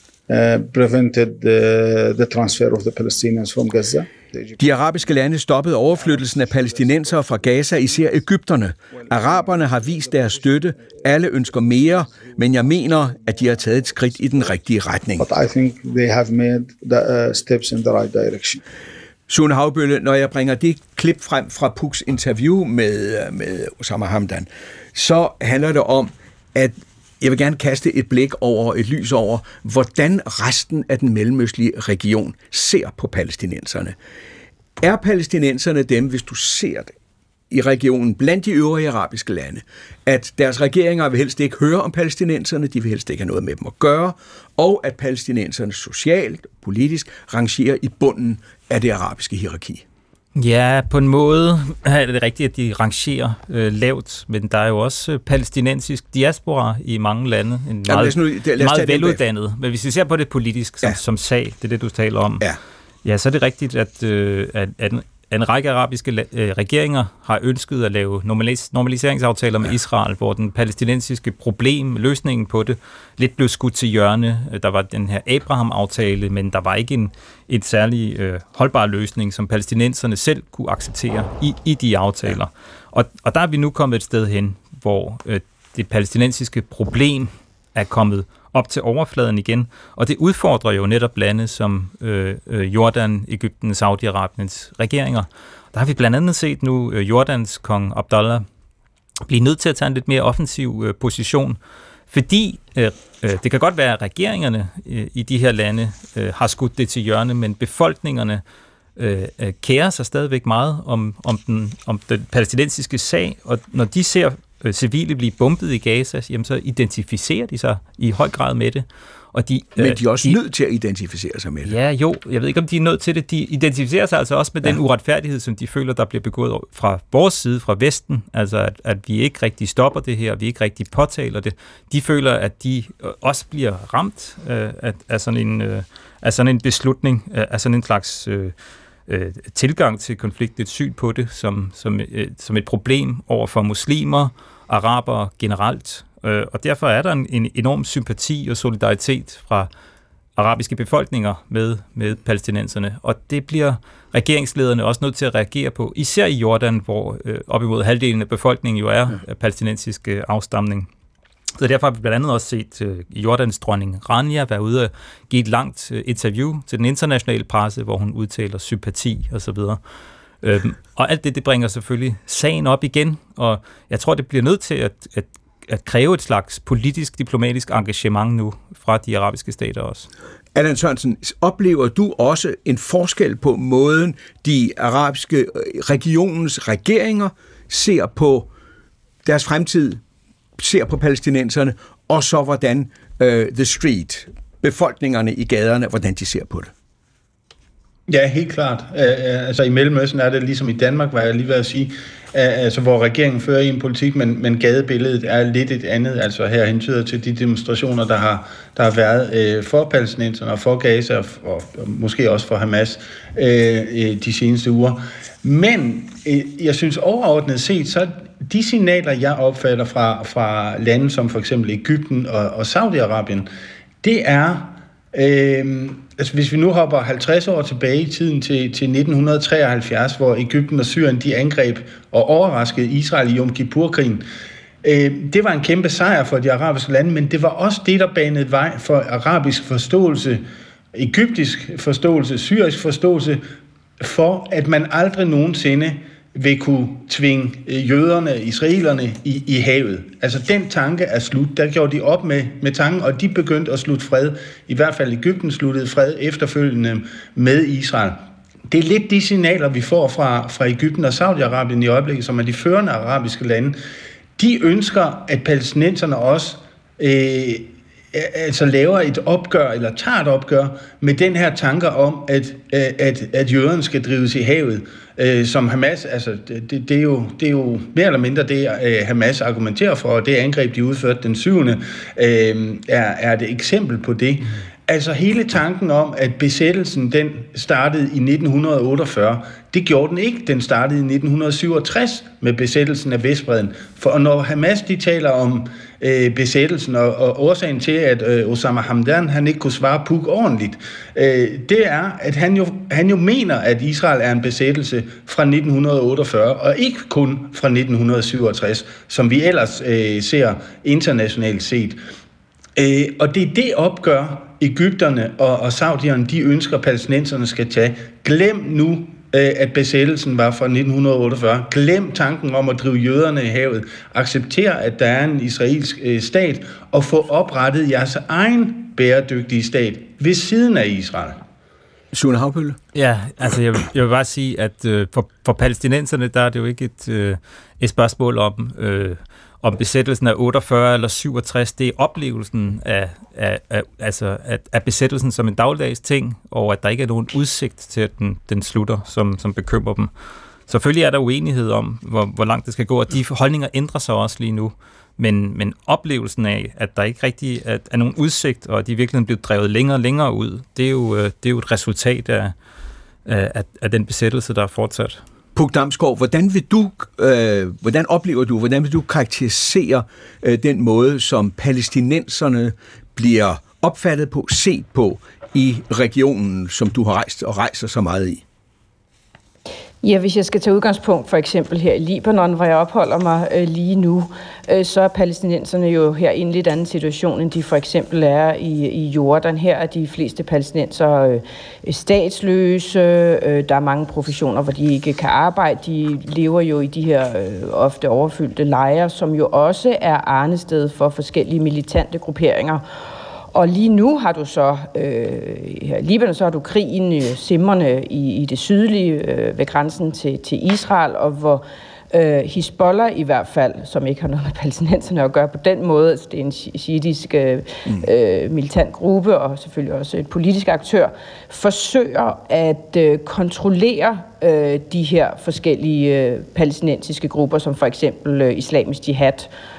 prevented the transfer of the Palestinians from Gaza. De arabiske lande stoppede overflyttelsen af palæstinensere fra Gaza, især Egypterne. Araberne har vist deres støtte. Alle ønsker mere, men jeg mener, at de har taget et skridt i den rigtige retning. But I think they have made the steps in the right direction. Sune Haubølle, når jeg bringer det klip frem fra Puks interview med Osama Hamdan, så handler det om, at jeg vil gerne kaste et lys over, hvordan resten af den mellemøstlige region ser på palæstinenserne. Er palæstinenserne dem, hvis du ser det i regionen blandt de øvrige arabiske lande, at deres regeringer vil helst ikke høre om palæstinenserne, de vil helst ikke have noget med dem at gøre, og at palæstinenserne socialt, politisk, rangerer i bunden af det arabiske hierarki? Ja, på en måde er det rigtigt, at de rangerer lavt, men der er jo også palæstinensisk diaspora i mange lande. En meget veluddannet. Men hvis vi ser på det politisk som sag, det er det, du taler om, ja, så er det rigtigt, at en række arabiske regeringer har ønsket at lave normaliseringsaftaler med Israel, hvor den palæstinensiske løsningen på det, lidt blev skudt til hjørne. Der var den her Abraham-aftale, men der var ikke en særlig holdbar løsning, som palæstinenserne selv kunne acceptere i de aftaler. Og der er vi nu kommet et sted hen, hvor det palæstinensiske problem er kommet op til overfladen igen, og det udfordrer jo netop lande som Jordan, Egypten, Saudi-Arabiens regeringer. Der har vi blandt andet set nu Jordans kong Abdallah blive nødt til at tage en lidt mere offensiv position, fordi det kan godt være, at regeringerne i de her lande har skudt det til hjørne, men befolkningerne kærer sig stadigvæk meget om den palæstinensiske sag, og når de ser civile blive bombet i Gaza, jamen så identificerer de sig i høj grad med det. Og men de er også nødt til at identificere sig med det. Ja, jo. Jeg ved ikke, om de er nødt til det. De identificerer sig altså også med den uretfærdighed, som de føler, der bliver begået fra vores side, fra Vesten. Altså, at vi ikke rigtig stopper det her, vi ikke rigtig påtaler det. De føler, at de også bliver ramt af sådan en beslutning, af sådan en slags tilgang til konflikt, et syn på det som et problem over for muslimer, arabere generelt. Og derfor er der en enorm sympati og solidaritet fra arabiske befolkninger med palæstinenserne. Og det bliver regeringslederne også nødt til at reagere på, især i Jordan, hvor op imod halvdelen af befolkningen jo er palæstinensisk afstamning. Så derfor har vi blandt andet også set Jordans dronning Rania være ude og give et langt interview til den internationale presse, hvor hun udtaler sympati osv. Og alt det bringer selvfølgelig sagen op igen, og jeg tror, det bliver nødt til at kræve et slags politisk, diplomatisk engagement nu fra de arabiske stater også. Allan Sørensen, oplever du også en forskel på måden, de arabiske regionens regeringer ser på deres fremtid, ser på palæstinenserne, og så hvordan the street, befolkningerne i gaderne, hvordan de ser på det? Ja, helt klart. Altså i Mellemøsten er det ligesom i Danmark, var jeg lige ved at sige, altså hvor regeringen fører en politik, men gadebilledet er lidt et andet. Altså her hentyder til de demonstrationer, der har været for palæstinenserne og for Gaza og måske også for Hamas de seneste uger. Men jeg synes overordnet set, så de signaler, jeg opfatter fra lande som for eksempel Egypten og Saudi-Arabien, det er altså hvis vi nu hopper 50 år tilbage i tiden til 1973, hvor Egypten og Syrien de angreb og overraskede Israel i Yom Kippur-krigen, det var en kæmpe sejr for de arabiske lande, men det var også det, der banede vej for arabisk forståelse, egyptisk forståelse, syrisk forståelse, for at man aldrig nogensinde vil kunne tvinge jøderne, israelerne i havet. Altså den tanke er slut. Der gjorde de op med tanken, og de begyndte at slutte fred. I hvert fald Egypten sluttede fred efterfølgende med Israel. Det er lidt de signaler, vi får fra Egypten og Saudi-Arabien i øjeblikket, som er de førende arabiske lande. De ønsker, at palæstinenserne også altså laver et opgør, eller tager et opgør med den her tanker om, at jøderne skal drives i havet. Som Hamas, altså det er jo mere eller mindre det, Hamas argumenterer for, og det angreb, de udførte den 7. er et eksempel på det. Altså hele tanken om, at besættelsen den startede i 1948, det gjorde den ikke. Den startede i 1967 med besættelsen af Vestbredden. For når Hamas de taler om besættelsen og årsagen til, at Osama Hamdan han ikke kunne svare Puk ordentligt, det er, at han jo mener, at Israel er en besættelse fra 1948, og ikke kun fra 1967, som vi ellers ser internationalt set. Og det er det opgør, Egypterne og saudierne, de ønsker, at palæstinenserne skal tage. Glem nu, at besættelsen var fra 1948. Glem tanken om at drive jøderne i havet. Accepter, at der er en israelsk stat, og få oprettet jeres egen bæredygtige stat ved siden af Israel. Sune Havbølle? Ja, altså jeg vil bare sige, at for palæstinenserne, der er det jo ikke et spørgsmål om besættelsen af 48 eller 67, det er oplevelsen af besættelsen som en dagligdags ting, og at der ikke er nogen udsigt til, at den slutter, som bekymrer dem. Selvfølgelig er der uenighed om, hvor langt det skal gå, og de holdninger ændrer sig også lige nu, men oplevelsen af, at der ikke rigtig er nogen udsigt, og at de virkelig bliver drevet længere og længere ud, det er jo et resultat af den besættelse, der er fortsat. Puk Damsgaard, hvordan vil du karakterisere den måde, som palæstinenserne bliver opfattet på, set på i regionen, som du har rejst og rejser så meget i? Ja, hvis jeg skal tage udgangspunkt for eksempel her i Libanon, hvor jeg opholder mig lige nu, så er palæstinenserne jo her i en lidt anden situation, end de for eksempel er i Jordan. Her er de fleste palæstinenser statsløse, der er mange professioner, hvor de ikke kan arbejde. De lever jo i de her ofte overfyldte lejre, som jo også er arnested for forskellige militante grupperinger. Og lige nu har du så, her i Libanon, så har du krigen simrende i det sydlige ved grænsen til Israel, og hvor Hizbollah i hvert fald, som ikke har noget med palæstinenserne at gøre på den måde, altså det er en shiitisk militant gruppe, og selvfølgelig også et politisk aktør, forsøger at kontrollere de her forskellige palæstinensiske grupper, som for eksempel Islamisk Jihad,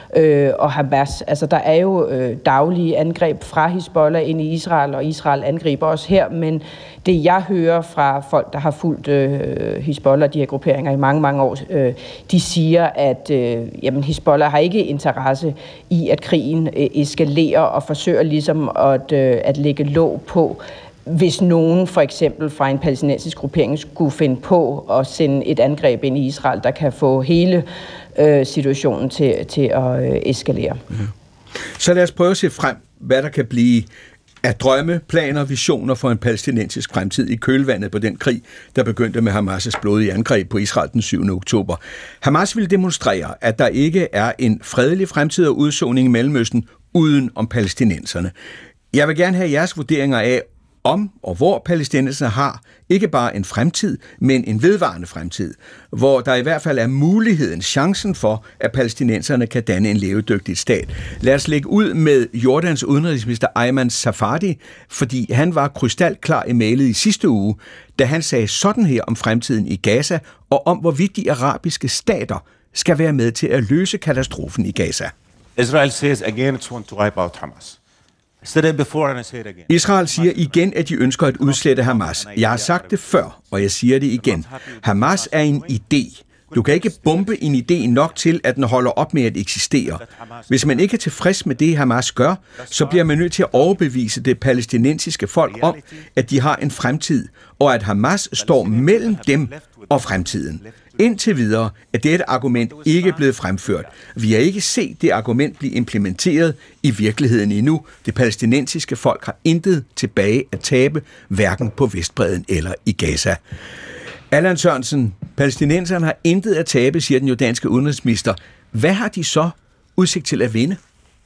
og Hamas. Altså, der er jo daglige angreb fra Hizbollah ind i Israel, og Israel angriber også her, men det jeg hører fra folk, der har fulgt Hizbollah, de her grupperinger i mange, mange år, de siger, at Hizbollah har ikke interesse i, at krigen eskalerer og forsøger ligesom at lægge låg på, hvis nogen for eksempel fra en palæstinensisk gruppering skulle finde på at sende et angreb ind i Israel, der kan få hele situationen til at eskalere. Mm-hmm. Så lad os prøve at se frem, hvad der kan blive af drømme, planer og visioner for en palæstinensisk fremtid i kølvandet på den krig, der begyndte med Hamas' blodige angreb på Israel den 7. oktober. Hamas vil demonstrere, at der ikke er en fredelig fremtid og udsoning i Mellemøsten uden om palæstinenserne. Jeg vil gerne have jeres vurderinger af, om og hvor palæstinenserne har ikke bare en fremtid, men en vedvarende fremtid, hvor der i hvert fald er muligheden, chancen for, at palæstinenserne kan danne en levedygtig stat. Lad os lægge ud med Jordans udenrigsminister Ayman Safadi, fordi han var krystalklar i mailet i sidste uge, da han sagde sådan her om fremtiden i Gaza, og om hvorvidt de arabiske stater skal være med til at løse katastrofen i Gaza. Israel says again it's want to wipe out Hamas. Israel siger igen, at de ønsker at udslette Hamas. Jeg har sagt det før, og jeg siger det igen. Hamas er en idé. Du kan ikke bombe en idé nok til, at den holder op med at eksistere. Hvis man ikke er tilfreds med det, Hamas gør, så bliver man nødt til at overbevise det palæstinensiske folk om, at de har en fremtid, og at Hamas står mellem dem og fremtiden. Indtil videre er dette argument ikke blevet fremført. Vi har ikke set det argument blive implementeret i virkeligheden endnu. Det palæstinensiske folk har intet tilbage at tabe, hverken på Vestbredden eller i Gaza. Allan Sørensen, palæstinenserne har intet at tabe, siger den jordanske udenrigsminister. Hvad har de så udsigt til at vinde?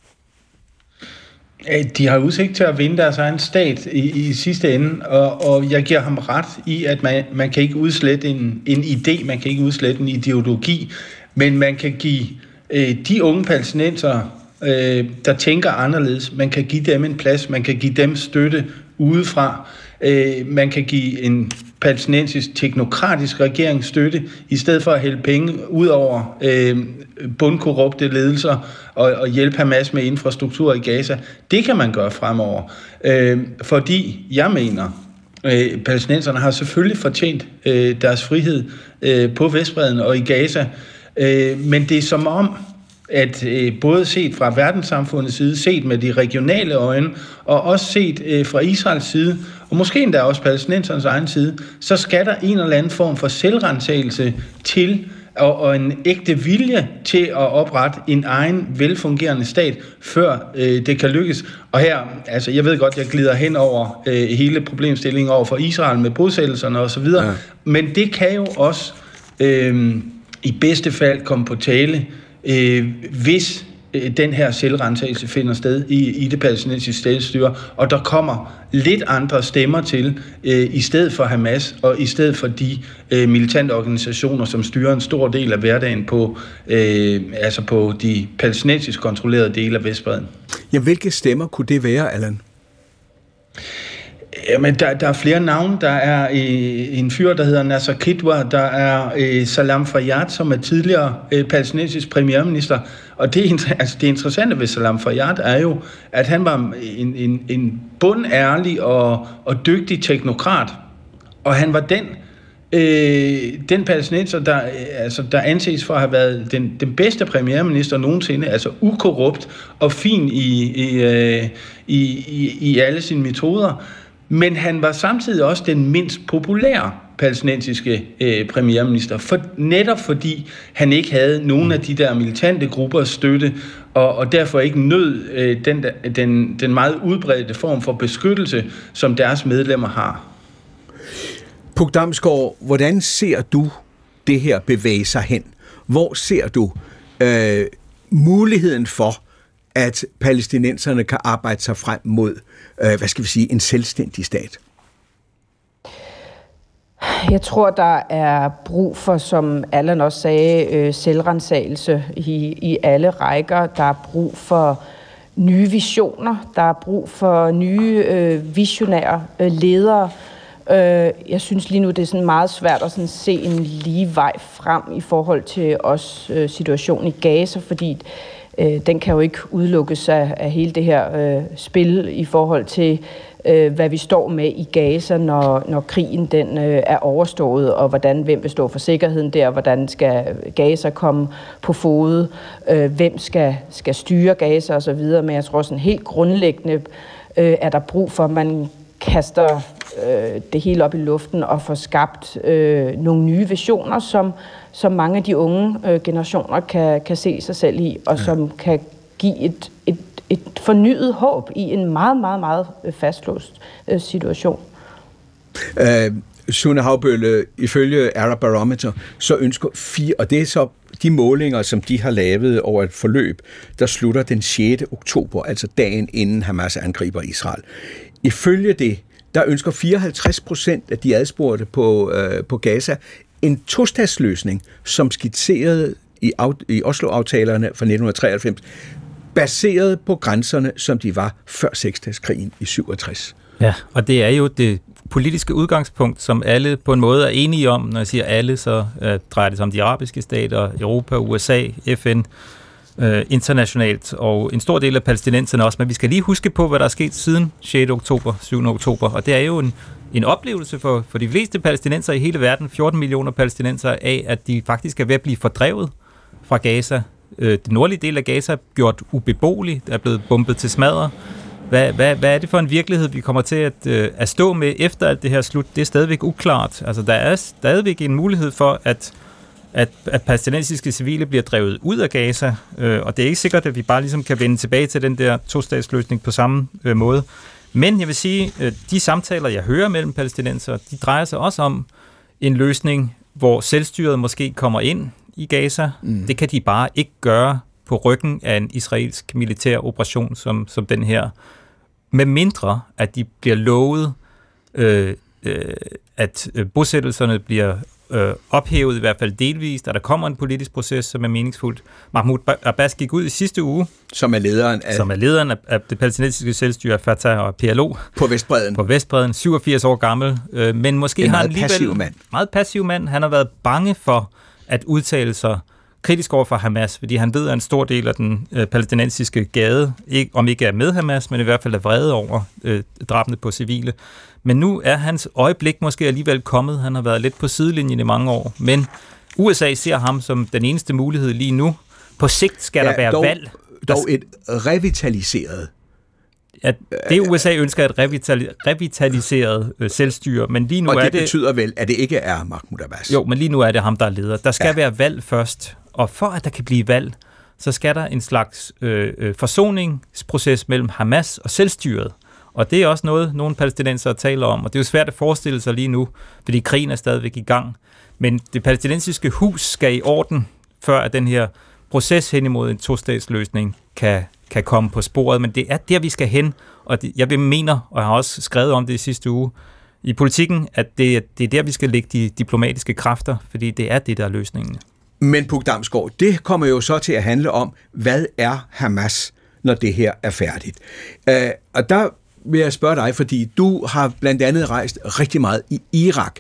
De har udsigt til at vinde deres egen stat i sidste ende, og jeg giver ham ret i, at man kan ikke udslette en idé, man kan ikke udslette en ideologi, men man kan give de unge palæstinensere, der tænker anderledes, man kan give dem en plads, man kan give dem støtte udefra, man kan give en palæstinensisk teknokratisk regering støtte, i stedet for at hælde penge ud over bundkorrupte ledelser og hjælpe Hamas med infrastruktur i Gaza. Det kan man gøre fremover. Fordi jeg mener, palæstinenserne har selvfølgelig fortjent deres frihed på Vestbredden og i Gaza, men det er som om, at både set fra verdenssamfundets side, set med de regionale øjne, og også set fra Israels side, og måske endda også palæstinensernes egen side, så skal der en eller anden form for selvrensagelse til, og en ægte vilje til at oprette en egen velfungerende stat, før det kan lykkes. Og her, altså jeg ved godt, jeg glider hen over hele problemstillingen over for Israel med bosættelserne osv., ja. Men det kan jo også i bedste fald komme på tale, hvis den her selvrensagelse finder sted i det palæstinensiske selvstyre, og der kommer lidt andre stemmer til, i stedet for Hamas, og i stedet for de militante organisationer, som styrer en stor del af hverdagen på de palæstinensisk kontrollerede dele af Vestbredden. Ja, hvilke stemmer kunne det være, Allan? Jamen, der er flere navne. Der er en fyr, der hedder Nasser Kidwa. Der er Salam Fayyad, som er tidligere palæstinensisk premierminister. Og det interessante ved Salam Fayyad er jo, at han var en bundærlig og dygtig teknokrat. Og han var den palæstinenser, der anses for at have været den bedste premierminister nogensinde, altså ukorrupt og fin i alle sine metoder. Men han var samtidig også den mindst populære palæstinensiske premierminister, netop fordi han ikke havde nogen af de der militante gruppers støtte, og derfor ikke nød den meget udbredte form for beskyttelse, som deres medlemmer har. Puk Damsgaard, hvordan ser du det her bevæge sig hen? Hvor ser du muligheden for, at palæstinenserne kan arbejde sig frem mod, en selvstændig stat? Jeg tror, der er brug for, som Allan også sagde, selvrensagelse i alle rækker. Der er brug for nye visioner. Der er brug for nye visionære ledere. Jeg synes lige nu, det er sådan meget svært at sådan se en lige vej frem i forhold til også situationen i Gaza, fordi den kan jo ikke udelukkes af hele det her spil i forhold til, hvad vi står med i Gaza, når krigen den er overstået, og hvem vil stå for sikkerheden der, hvordan skal Gaza komme på fode, hvem skal styre Gaza osv. Men jeg tror sådan helt grundlæggende er der brug for, at man kaster det hele op i luften og får skabt nogle nye visioner, som mange af de unge generationer kan se sig selv i, og som kan give et fornyet håb i en meget, meget, meget fastlåst situation. Sune Haubølle, ifølge Arab Barometer, så ønsker 4, og det er så de målinger, som de har lavet over et forløb, der slutter den 6. oktober, altså dagen inden Hamas angriber Israel. Ifølge det, der ønsker 54% af de adspurgte på Gaza en tostatsløsning, som skitserede i Oslo-aftalerne fra 1993, baseret på grænserne, som de var før seksdageskrigen i 67. Ja, og det er jo det politiske udgangspunkt, som alle på en måde er enige om. Når jeg siger alle, så drejer det sig om de arabiske stater, Europa, USA, FN, internationalt, og en stor del af palæstinenserne også. Men vi skal lige huske på, hvad der er sket siden 6. oktober, 7. oktober, og det er jo en oplevelse for de fleste palæstinenser i hele verden, 14 millioner palæstinenser, af, at de faktisk er ved at blive fordrevet fra Gaza. Den nordlige del af Gaza er gjort ubeboelig, der er blevet bombet til smadre. Hvad er det for en virkelighed, vi kommer til at stå med efter alt det her slut? Det er stadigvæk uklart. Altså, der er stadigvæk en mulighed for, at palæstinensiske civile bliver drevet ud af Gaza, og det er ikke sikkert, at vi bare ligesom kan vende tilbage til den der tostatsløsning på samme måde. Men jeg vil sige, de samtaler, jeg hører mellem palæstinenser, de drejer sig også om en løsning, hvor selvstyret måske kommer ind i Gaza. Det kan de bare ikke gøre på ryggen af en israelsk militær operation som den her. Med mindre, at de bliver lovet, at bosættelserne bliver ophævet, i hvert fald delvist, at der kommer en politisk proces, som er meningsfuldt. Mahmoud Abbas gik ud i sidste uge, som er lederen af det palæstinensiske selvstyre, Fatah og PLO. På Vestbredden, 87 år gammel, men måske har han alligevel meget passiv mand. Han har været bange for at udtale sig kritisk over for Hamas, fordi han ved, at en stor del af den palæstinensiske gade, om ikke er med Hamas, men i hvert fald er vrede over drabene på civile. Men nu er hans øjeblik måske alligevel kommet. Han har været lidt på sidelinjen i mange år, men USA ser ham som den eneste mulighed lige nu. På sigt skal der være valg. Dog et revitaliseret. At det USA ønsker et revitaliseret selvstyre, men lige nu og er det betyder vel, at det ikke er Mahmoud Abbas? Jo, men lige nu er det ham, der er leder. Der skal være valg først, og for at der kan blive valg, så skal der en slags forsoningsproces mellem Hamas og selvstyret. Og det er også noget, nogle palæstinensere taler om, og det er jo svært at forestille sig lige nu, fordi krigen er stadigvæk i gang. Men det palæstinensiske hus skal i orden, før at den her proces hen imod en tostatsløsning kan komme på sporet, men det er der, vi skal hen, og jeg mener, og jeg har også skrevet om det i sidste uge, i Politikken, at det er der, vi skal lægge de diplomatiske kræfter, fordi det er det, der er løsningen. Men Puk Damsgaard, det kommer jo så til at handle om, hvad er Hamas, når det her er færdigt? Og der vil jeg spørge dig, fordi du har blandt andet rejst rigtig meget i Irak,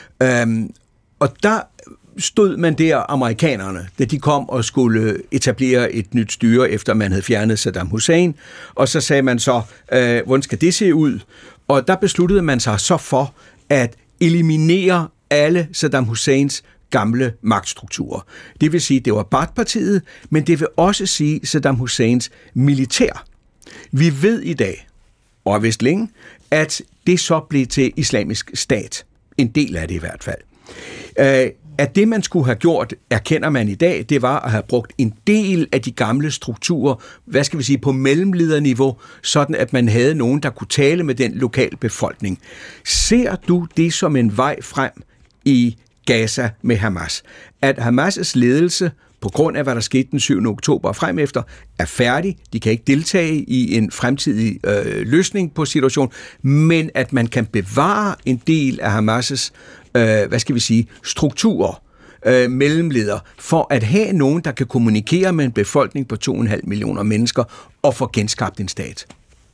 og der stod man der, amerikanerne, da de kom og skulle etablere et nyt styre, efter man havde fjernet Saddam Hussein, og så sagde man så, hvordan skal det se ud? Og der besluttede man sig så for at eliminere alle Saddam Husseins gamle magtstrukturer. Det vil sige, det var Baath-partiet, men det vil også sige Saddam Husseins militær. Vi ved i dag, og vist længe, at det så blev til islamisk stat. En del af det i hvert fald. At det, man skulle have gjort, erkender man i dag, det var at have brugt en del af de gamle strukturer, hvad skal vi sige, på mellemlederniveau, sådan at man havde nogen, der kunne tale med den lokale befolkning. Ser du det som en vej frem i Gaza med Hamas? At Hamas' ledelse, på grund af, hvad der skete den 7. oktober og frem efter, er færdig. De kan ikke deltage i en fremtidig løsning på situationen, men at man kan bevare en del af Hamas' hvad skal vi sige, strukturer, mellemleder, for at have nogen, der kan kommunikere med en befolkning på 2,5 millioner mennesker og få genskabt en stat.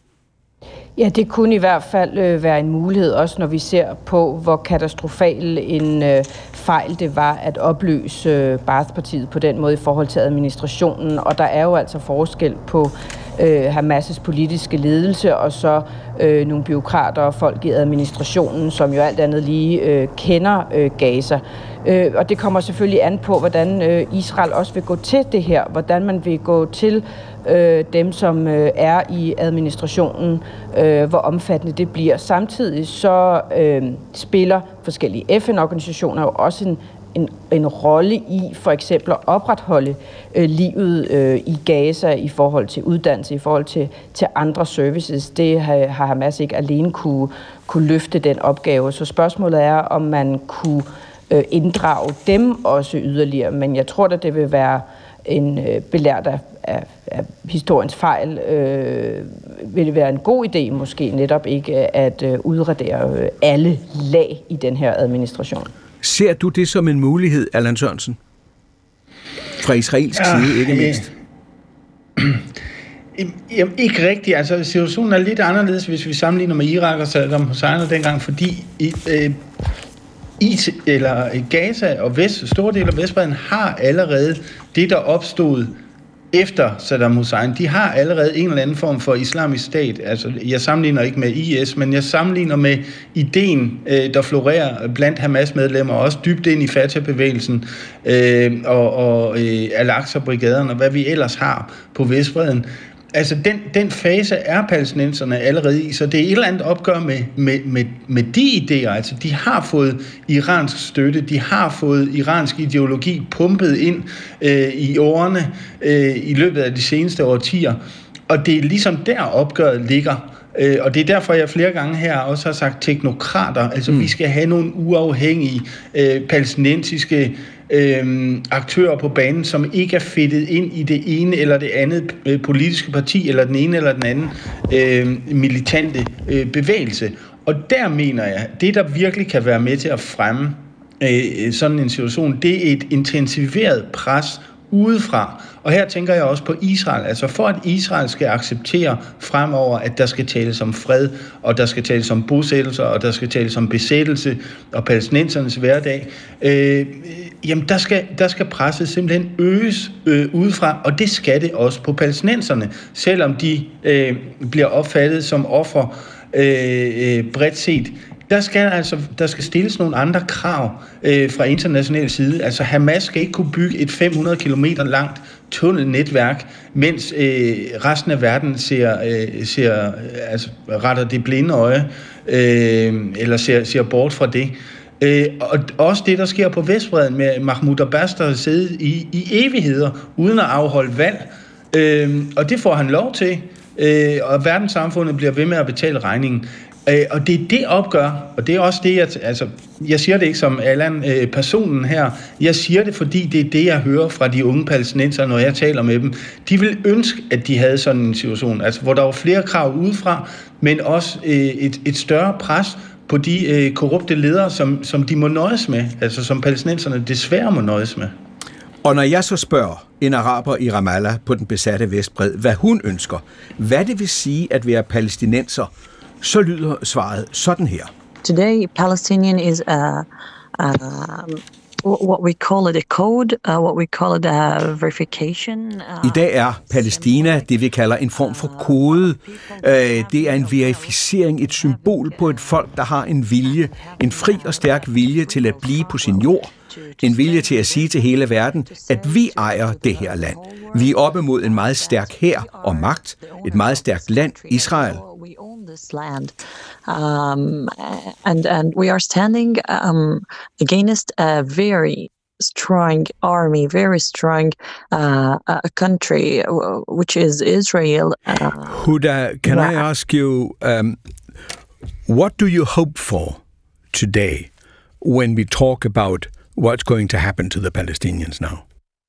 Ja, det kunne i hvert fald være en mulighed, også når vi ser på, hvor katastrofal en fejl det var at opløse Baath-partiet på den måde i forhold til administrationen. Og der er jo altså forskel på Hamas' politiske ledelse og så nogle bureaukrater og folk i administrationen, som jo alt andet lige kender Gaza. Og det kommer selvfølgelig an på, hvordan Israel også vil gå til det her, hvordan man vil gå til dem, som er i administrationen, hvor omfattende det bliver. Samtidig så spiller forskellige FN-organisationer jo også en rolle i for eksempel at opretholde livet i Gaza i forhold til uddannelse, i forhold til andre services. Det har Hamas ikke alene kunne løfte den opgave. Så spørgsmålet er, om man kunne inddrage dem også yderligere. Men jeg tror, at det vil være en belært af historiens fejl, vil det være en god idé måske netop ikke at udradere alle lag i den her administration. Ser du det som en mulighed, Allan Sørensen? Fra israelsk side, ikke mindst? Ikke rigtigt. Altså, situationen er lidt anderledes, hvis vi sammenligner med Irak og Saddam Hussein dengang, fordi Gaza og store dele af Vestbredden har allerede det, der opstod efter Saddam Hussein, de har allerede en eller anden form for islamisk stat. Altså, jeg sammenligner ikke med IS, men jeg sammenligner med ideen, der florerer blandt Hamas-medlemmer, også dybt ind i Fatah-bevægelsen og Al-Aqsa-brigaderne, og hvad vi ellers har på Vestbredden. Altså, den fase er palæstinenserne allerede i, så det er et eller andet opgør med de idéer. Altså, de har fået iransk støtte, de har fået iransk ideologi pumpet ind i årene i løbet af de seneste årtier, og det er ligesom der opgøret ligger. Og det er derfor, jeg flere gange her også har sagt teknokrater. Altså, vi skal have nogle uafhængige palæstinensiske aktører på banen, som ikke er fedtet ind i det ene eller det andet politiske parti, eller den ene eller den anden militante bevægelse. Og der mener jeg, det der virkelig kan være med til at fremme sådan en situation, det er et intensiveret pres udefra. Og her tænker jeg også på Israel. Altså for at Israel skal acceptere fremover, at der skal tales om fred, og der skal tales om bosættelser, og der skal tales om besættelse og palæstinensernes hverdag, jamen der skal presset simpelthen øges udefra, og det skal det også på palæstinenserne, selvom de bliver opfattet som ofre bredt set. Der skal stilles nogle andre krav fra international side. Altså Hamas skal ikke kunne bygge et 500 kilometer langt tunnelnetværk, mens resten af verden retter det blinde øje, eller ser bort fra det. Og også det, der sker på Vestbredden med Mahmoud Abbas, der sidder i evigheder, uden at afholde valg. Og det får han lov til, og verdenssamfundet bliver ved med at betale regningen. Og det er det opgør, og det er også det, jeg siger det ikke som Allan, personen her, jeg siger det, fordi det er det, jeg hører fra de unge palæstinenser, når jeg taler med dem. De vil ønske, at de havde sådan en situation, altså hvor der var flere krav udefra, men også et større pres på de korrupte ledere, som de må nøjes med, altså som palæstinenserne desværre må nøjes med. Og når jeg så spørger en araber i Ramallah på den besatte Vestbred, hvad hun ønsker, hvad det vil sige at være palæstinenser, så lyder svaret sådan her. Today, Palestinian is what we call it a code, what we call it a verification. I dag er Palæstina det, vi kalder en form for kode. Det er en verificering, et symbol på et folk, der har en vilje, en fri og stærk vilje til at blive på sin jord. En vilje til at sige til hele verden, at vi ejer det her land. Vi er oppe mod en meget stærk hær og magt, et meget stærkt land, Israel. This land, and we are standing against a very strong army, very strong a country, which is Israel. Huda, can I ask you, what do you hope for today when we talk about what's going to happen to the Palestinians now?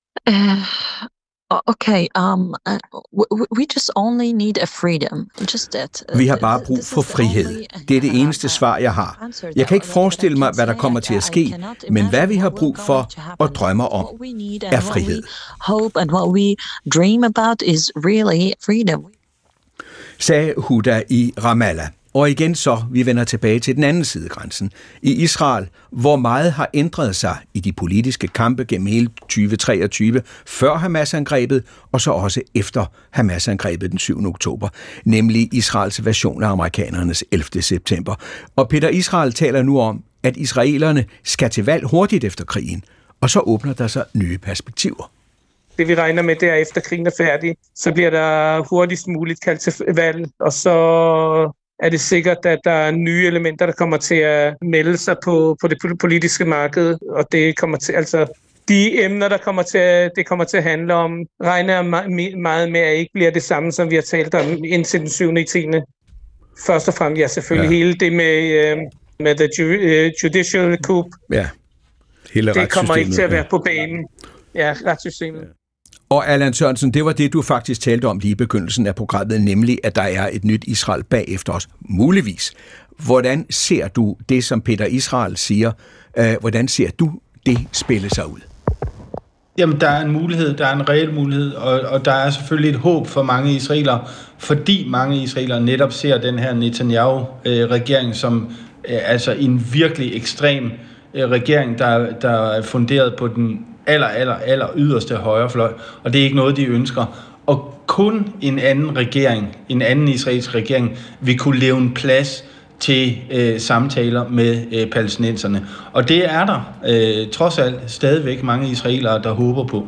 Okay, we just only need a freedom. Just that. Vi har bare brug for frihed. Det er det eneste svar, jeg har. Jeg kan ikke forestille mig, hvad der kommer til at ske, men hvad vi har brug for og drømmer om, er frihed. Hope and what we dream about is really freedom. Sagde Huda i Ramallah. Og igen så, vi vender tilbage til den anden side af grænsen. I Israel, hvor meget har ændret sig i de politiske kampe gennem hele 2023, før Hamas-angrebet, og så også efter Hamas-angrebet den 7. oktober, nemlig Israels version af amerikanernes 11. september. Og Peter Israel taler nu om, at israelerne skal til valg hurtigt efter krigen, og så åbner der sig nye perspektiver. Det vi regner med, der efter krigen er færdig, så bliver der hurtigst muligt kaldt til valg, og så er det sikkert, at der er nye elementer, der kommer til at melde sig på det politiske marked, og det kommer til, altså de emner, der kommer til at handle om, regner jeg meget med, at ikke bliver det samme, som vi har talt om indtil den 7. i 10. Først og fremmest, selvfølgelig hele det med the judicial coup. Ja, hele det kommer ikke til at være på banen. Ja, retssystemet. Og Allan Sørensen, det var det, du faktisk talte om lige i begyndelsen af programmet, nemlig at der er et nyt Israel bagefter os, muligvis. Hvordan ser du det, som Peter Israel siger? Hvordan ser du det spille sig ud? Jamen, der er en mulighed, der er en reel mulighed, og der er selvfølgelig et håb for mange israelere, fordi mange israelere netop ser den her Netanyahu-regering som altså en virkelig ekstrem regering, der er funderet på aller yderste højrefløj, og det er ikke noget, de ønsker. Og kun en anden israelsk regering, vil kunne leve en plads til samtaler med palæstinenserne. Og det er der trods alt stadigvæk mange israelere, der håber på.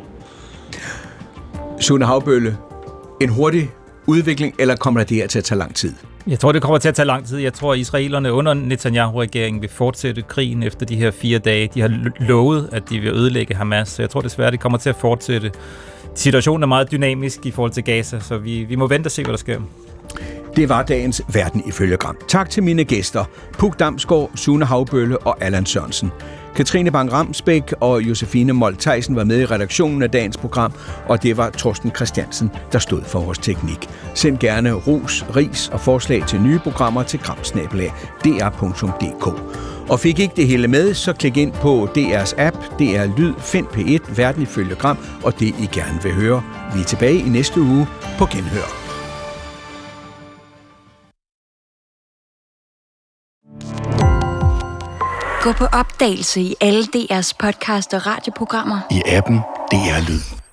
Sune Haubølle, en hurtig udvikling, eller kommer det her til at tage lang tid? Jeg tror, det kommer til at tage lang tid. Jeg tror, at israelerne under Netanyahu-regeringen vil fortsætte krigen efter de her 4 dage. De har lovet, at de vil ødelægge Hamas, så jeg tror desværre, det kommer til at fortsætte. Situationen er meget dynamisk i forhold til Gaza, så vi må vente og se, hvad der sker. Det var dagens Verden ifølge Gram. Tak til mine gæster, Puk Damsgaard, Sune Haubølle og Allan Sørensen. Katrine Bang-Ramsbæk og Josefine Moll-Theisen var med i redaktionen af dagens program, og det var Torsten Christiansen, der stod for vores teknik. Send gerne ros, ris og forslag til nye programmer til gram@dr.dk. Og fik ikke det hele med, så klik ind på DR's app, DR Lyd, find P1, Verden ifølge Gram, og det I gerne vil høre. Vi er tilbage i næste uge på Genhør. Gå på opdagelse i alle DR's podcast og radioprogrammer. I appen DR Lyd.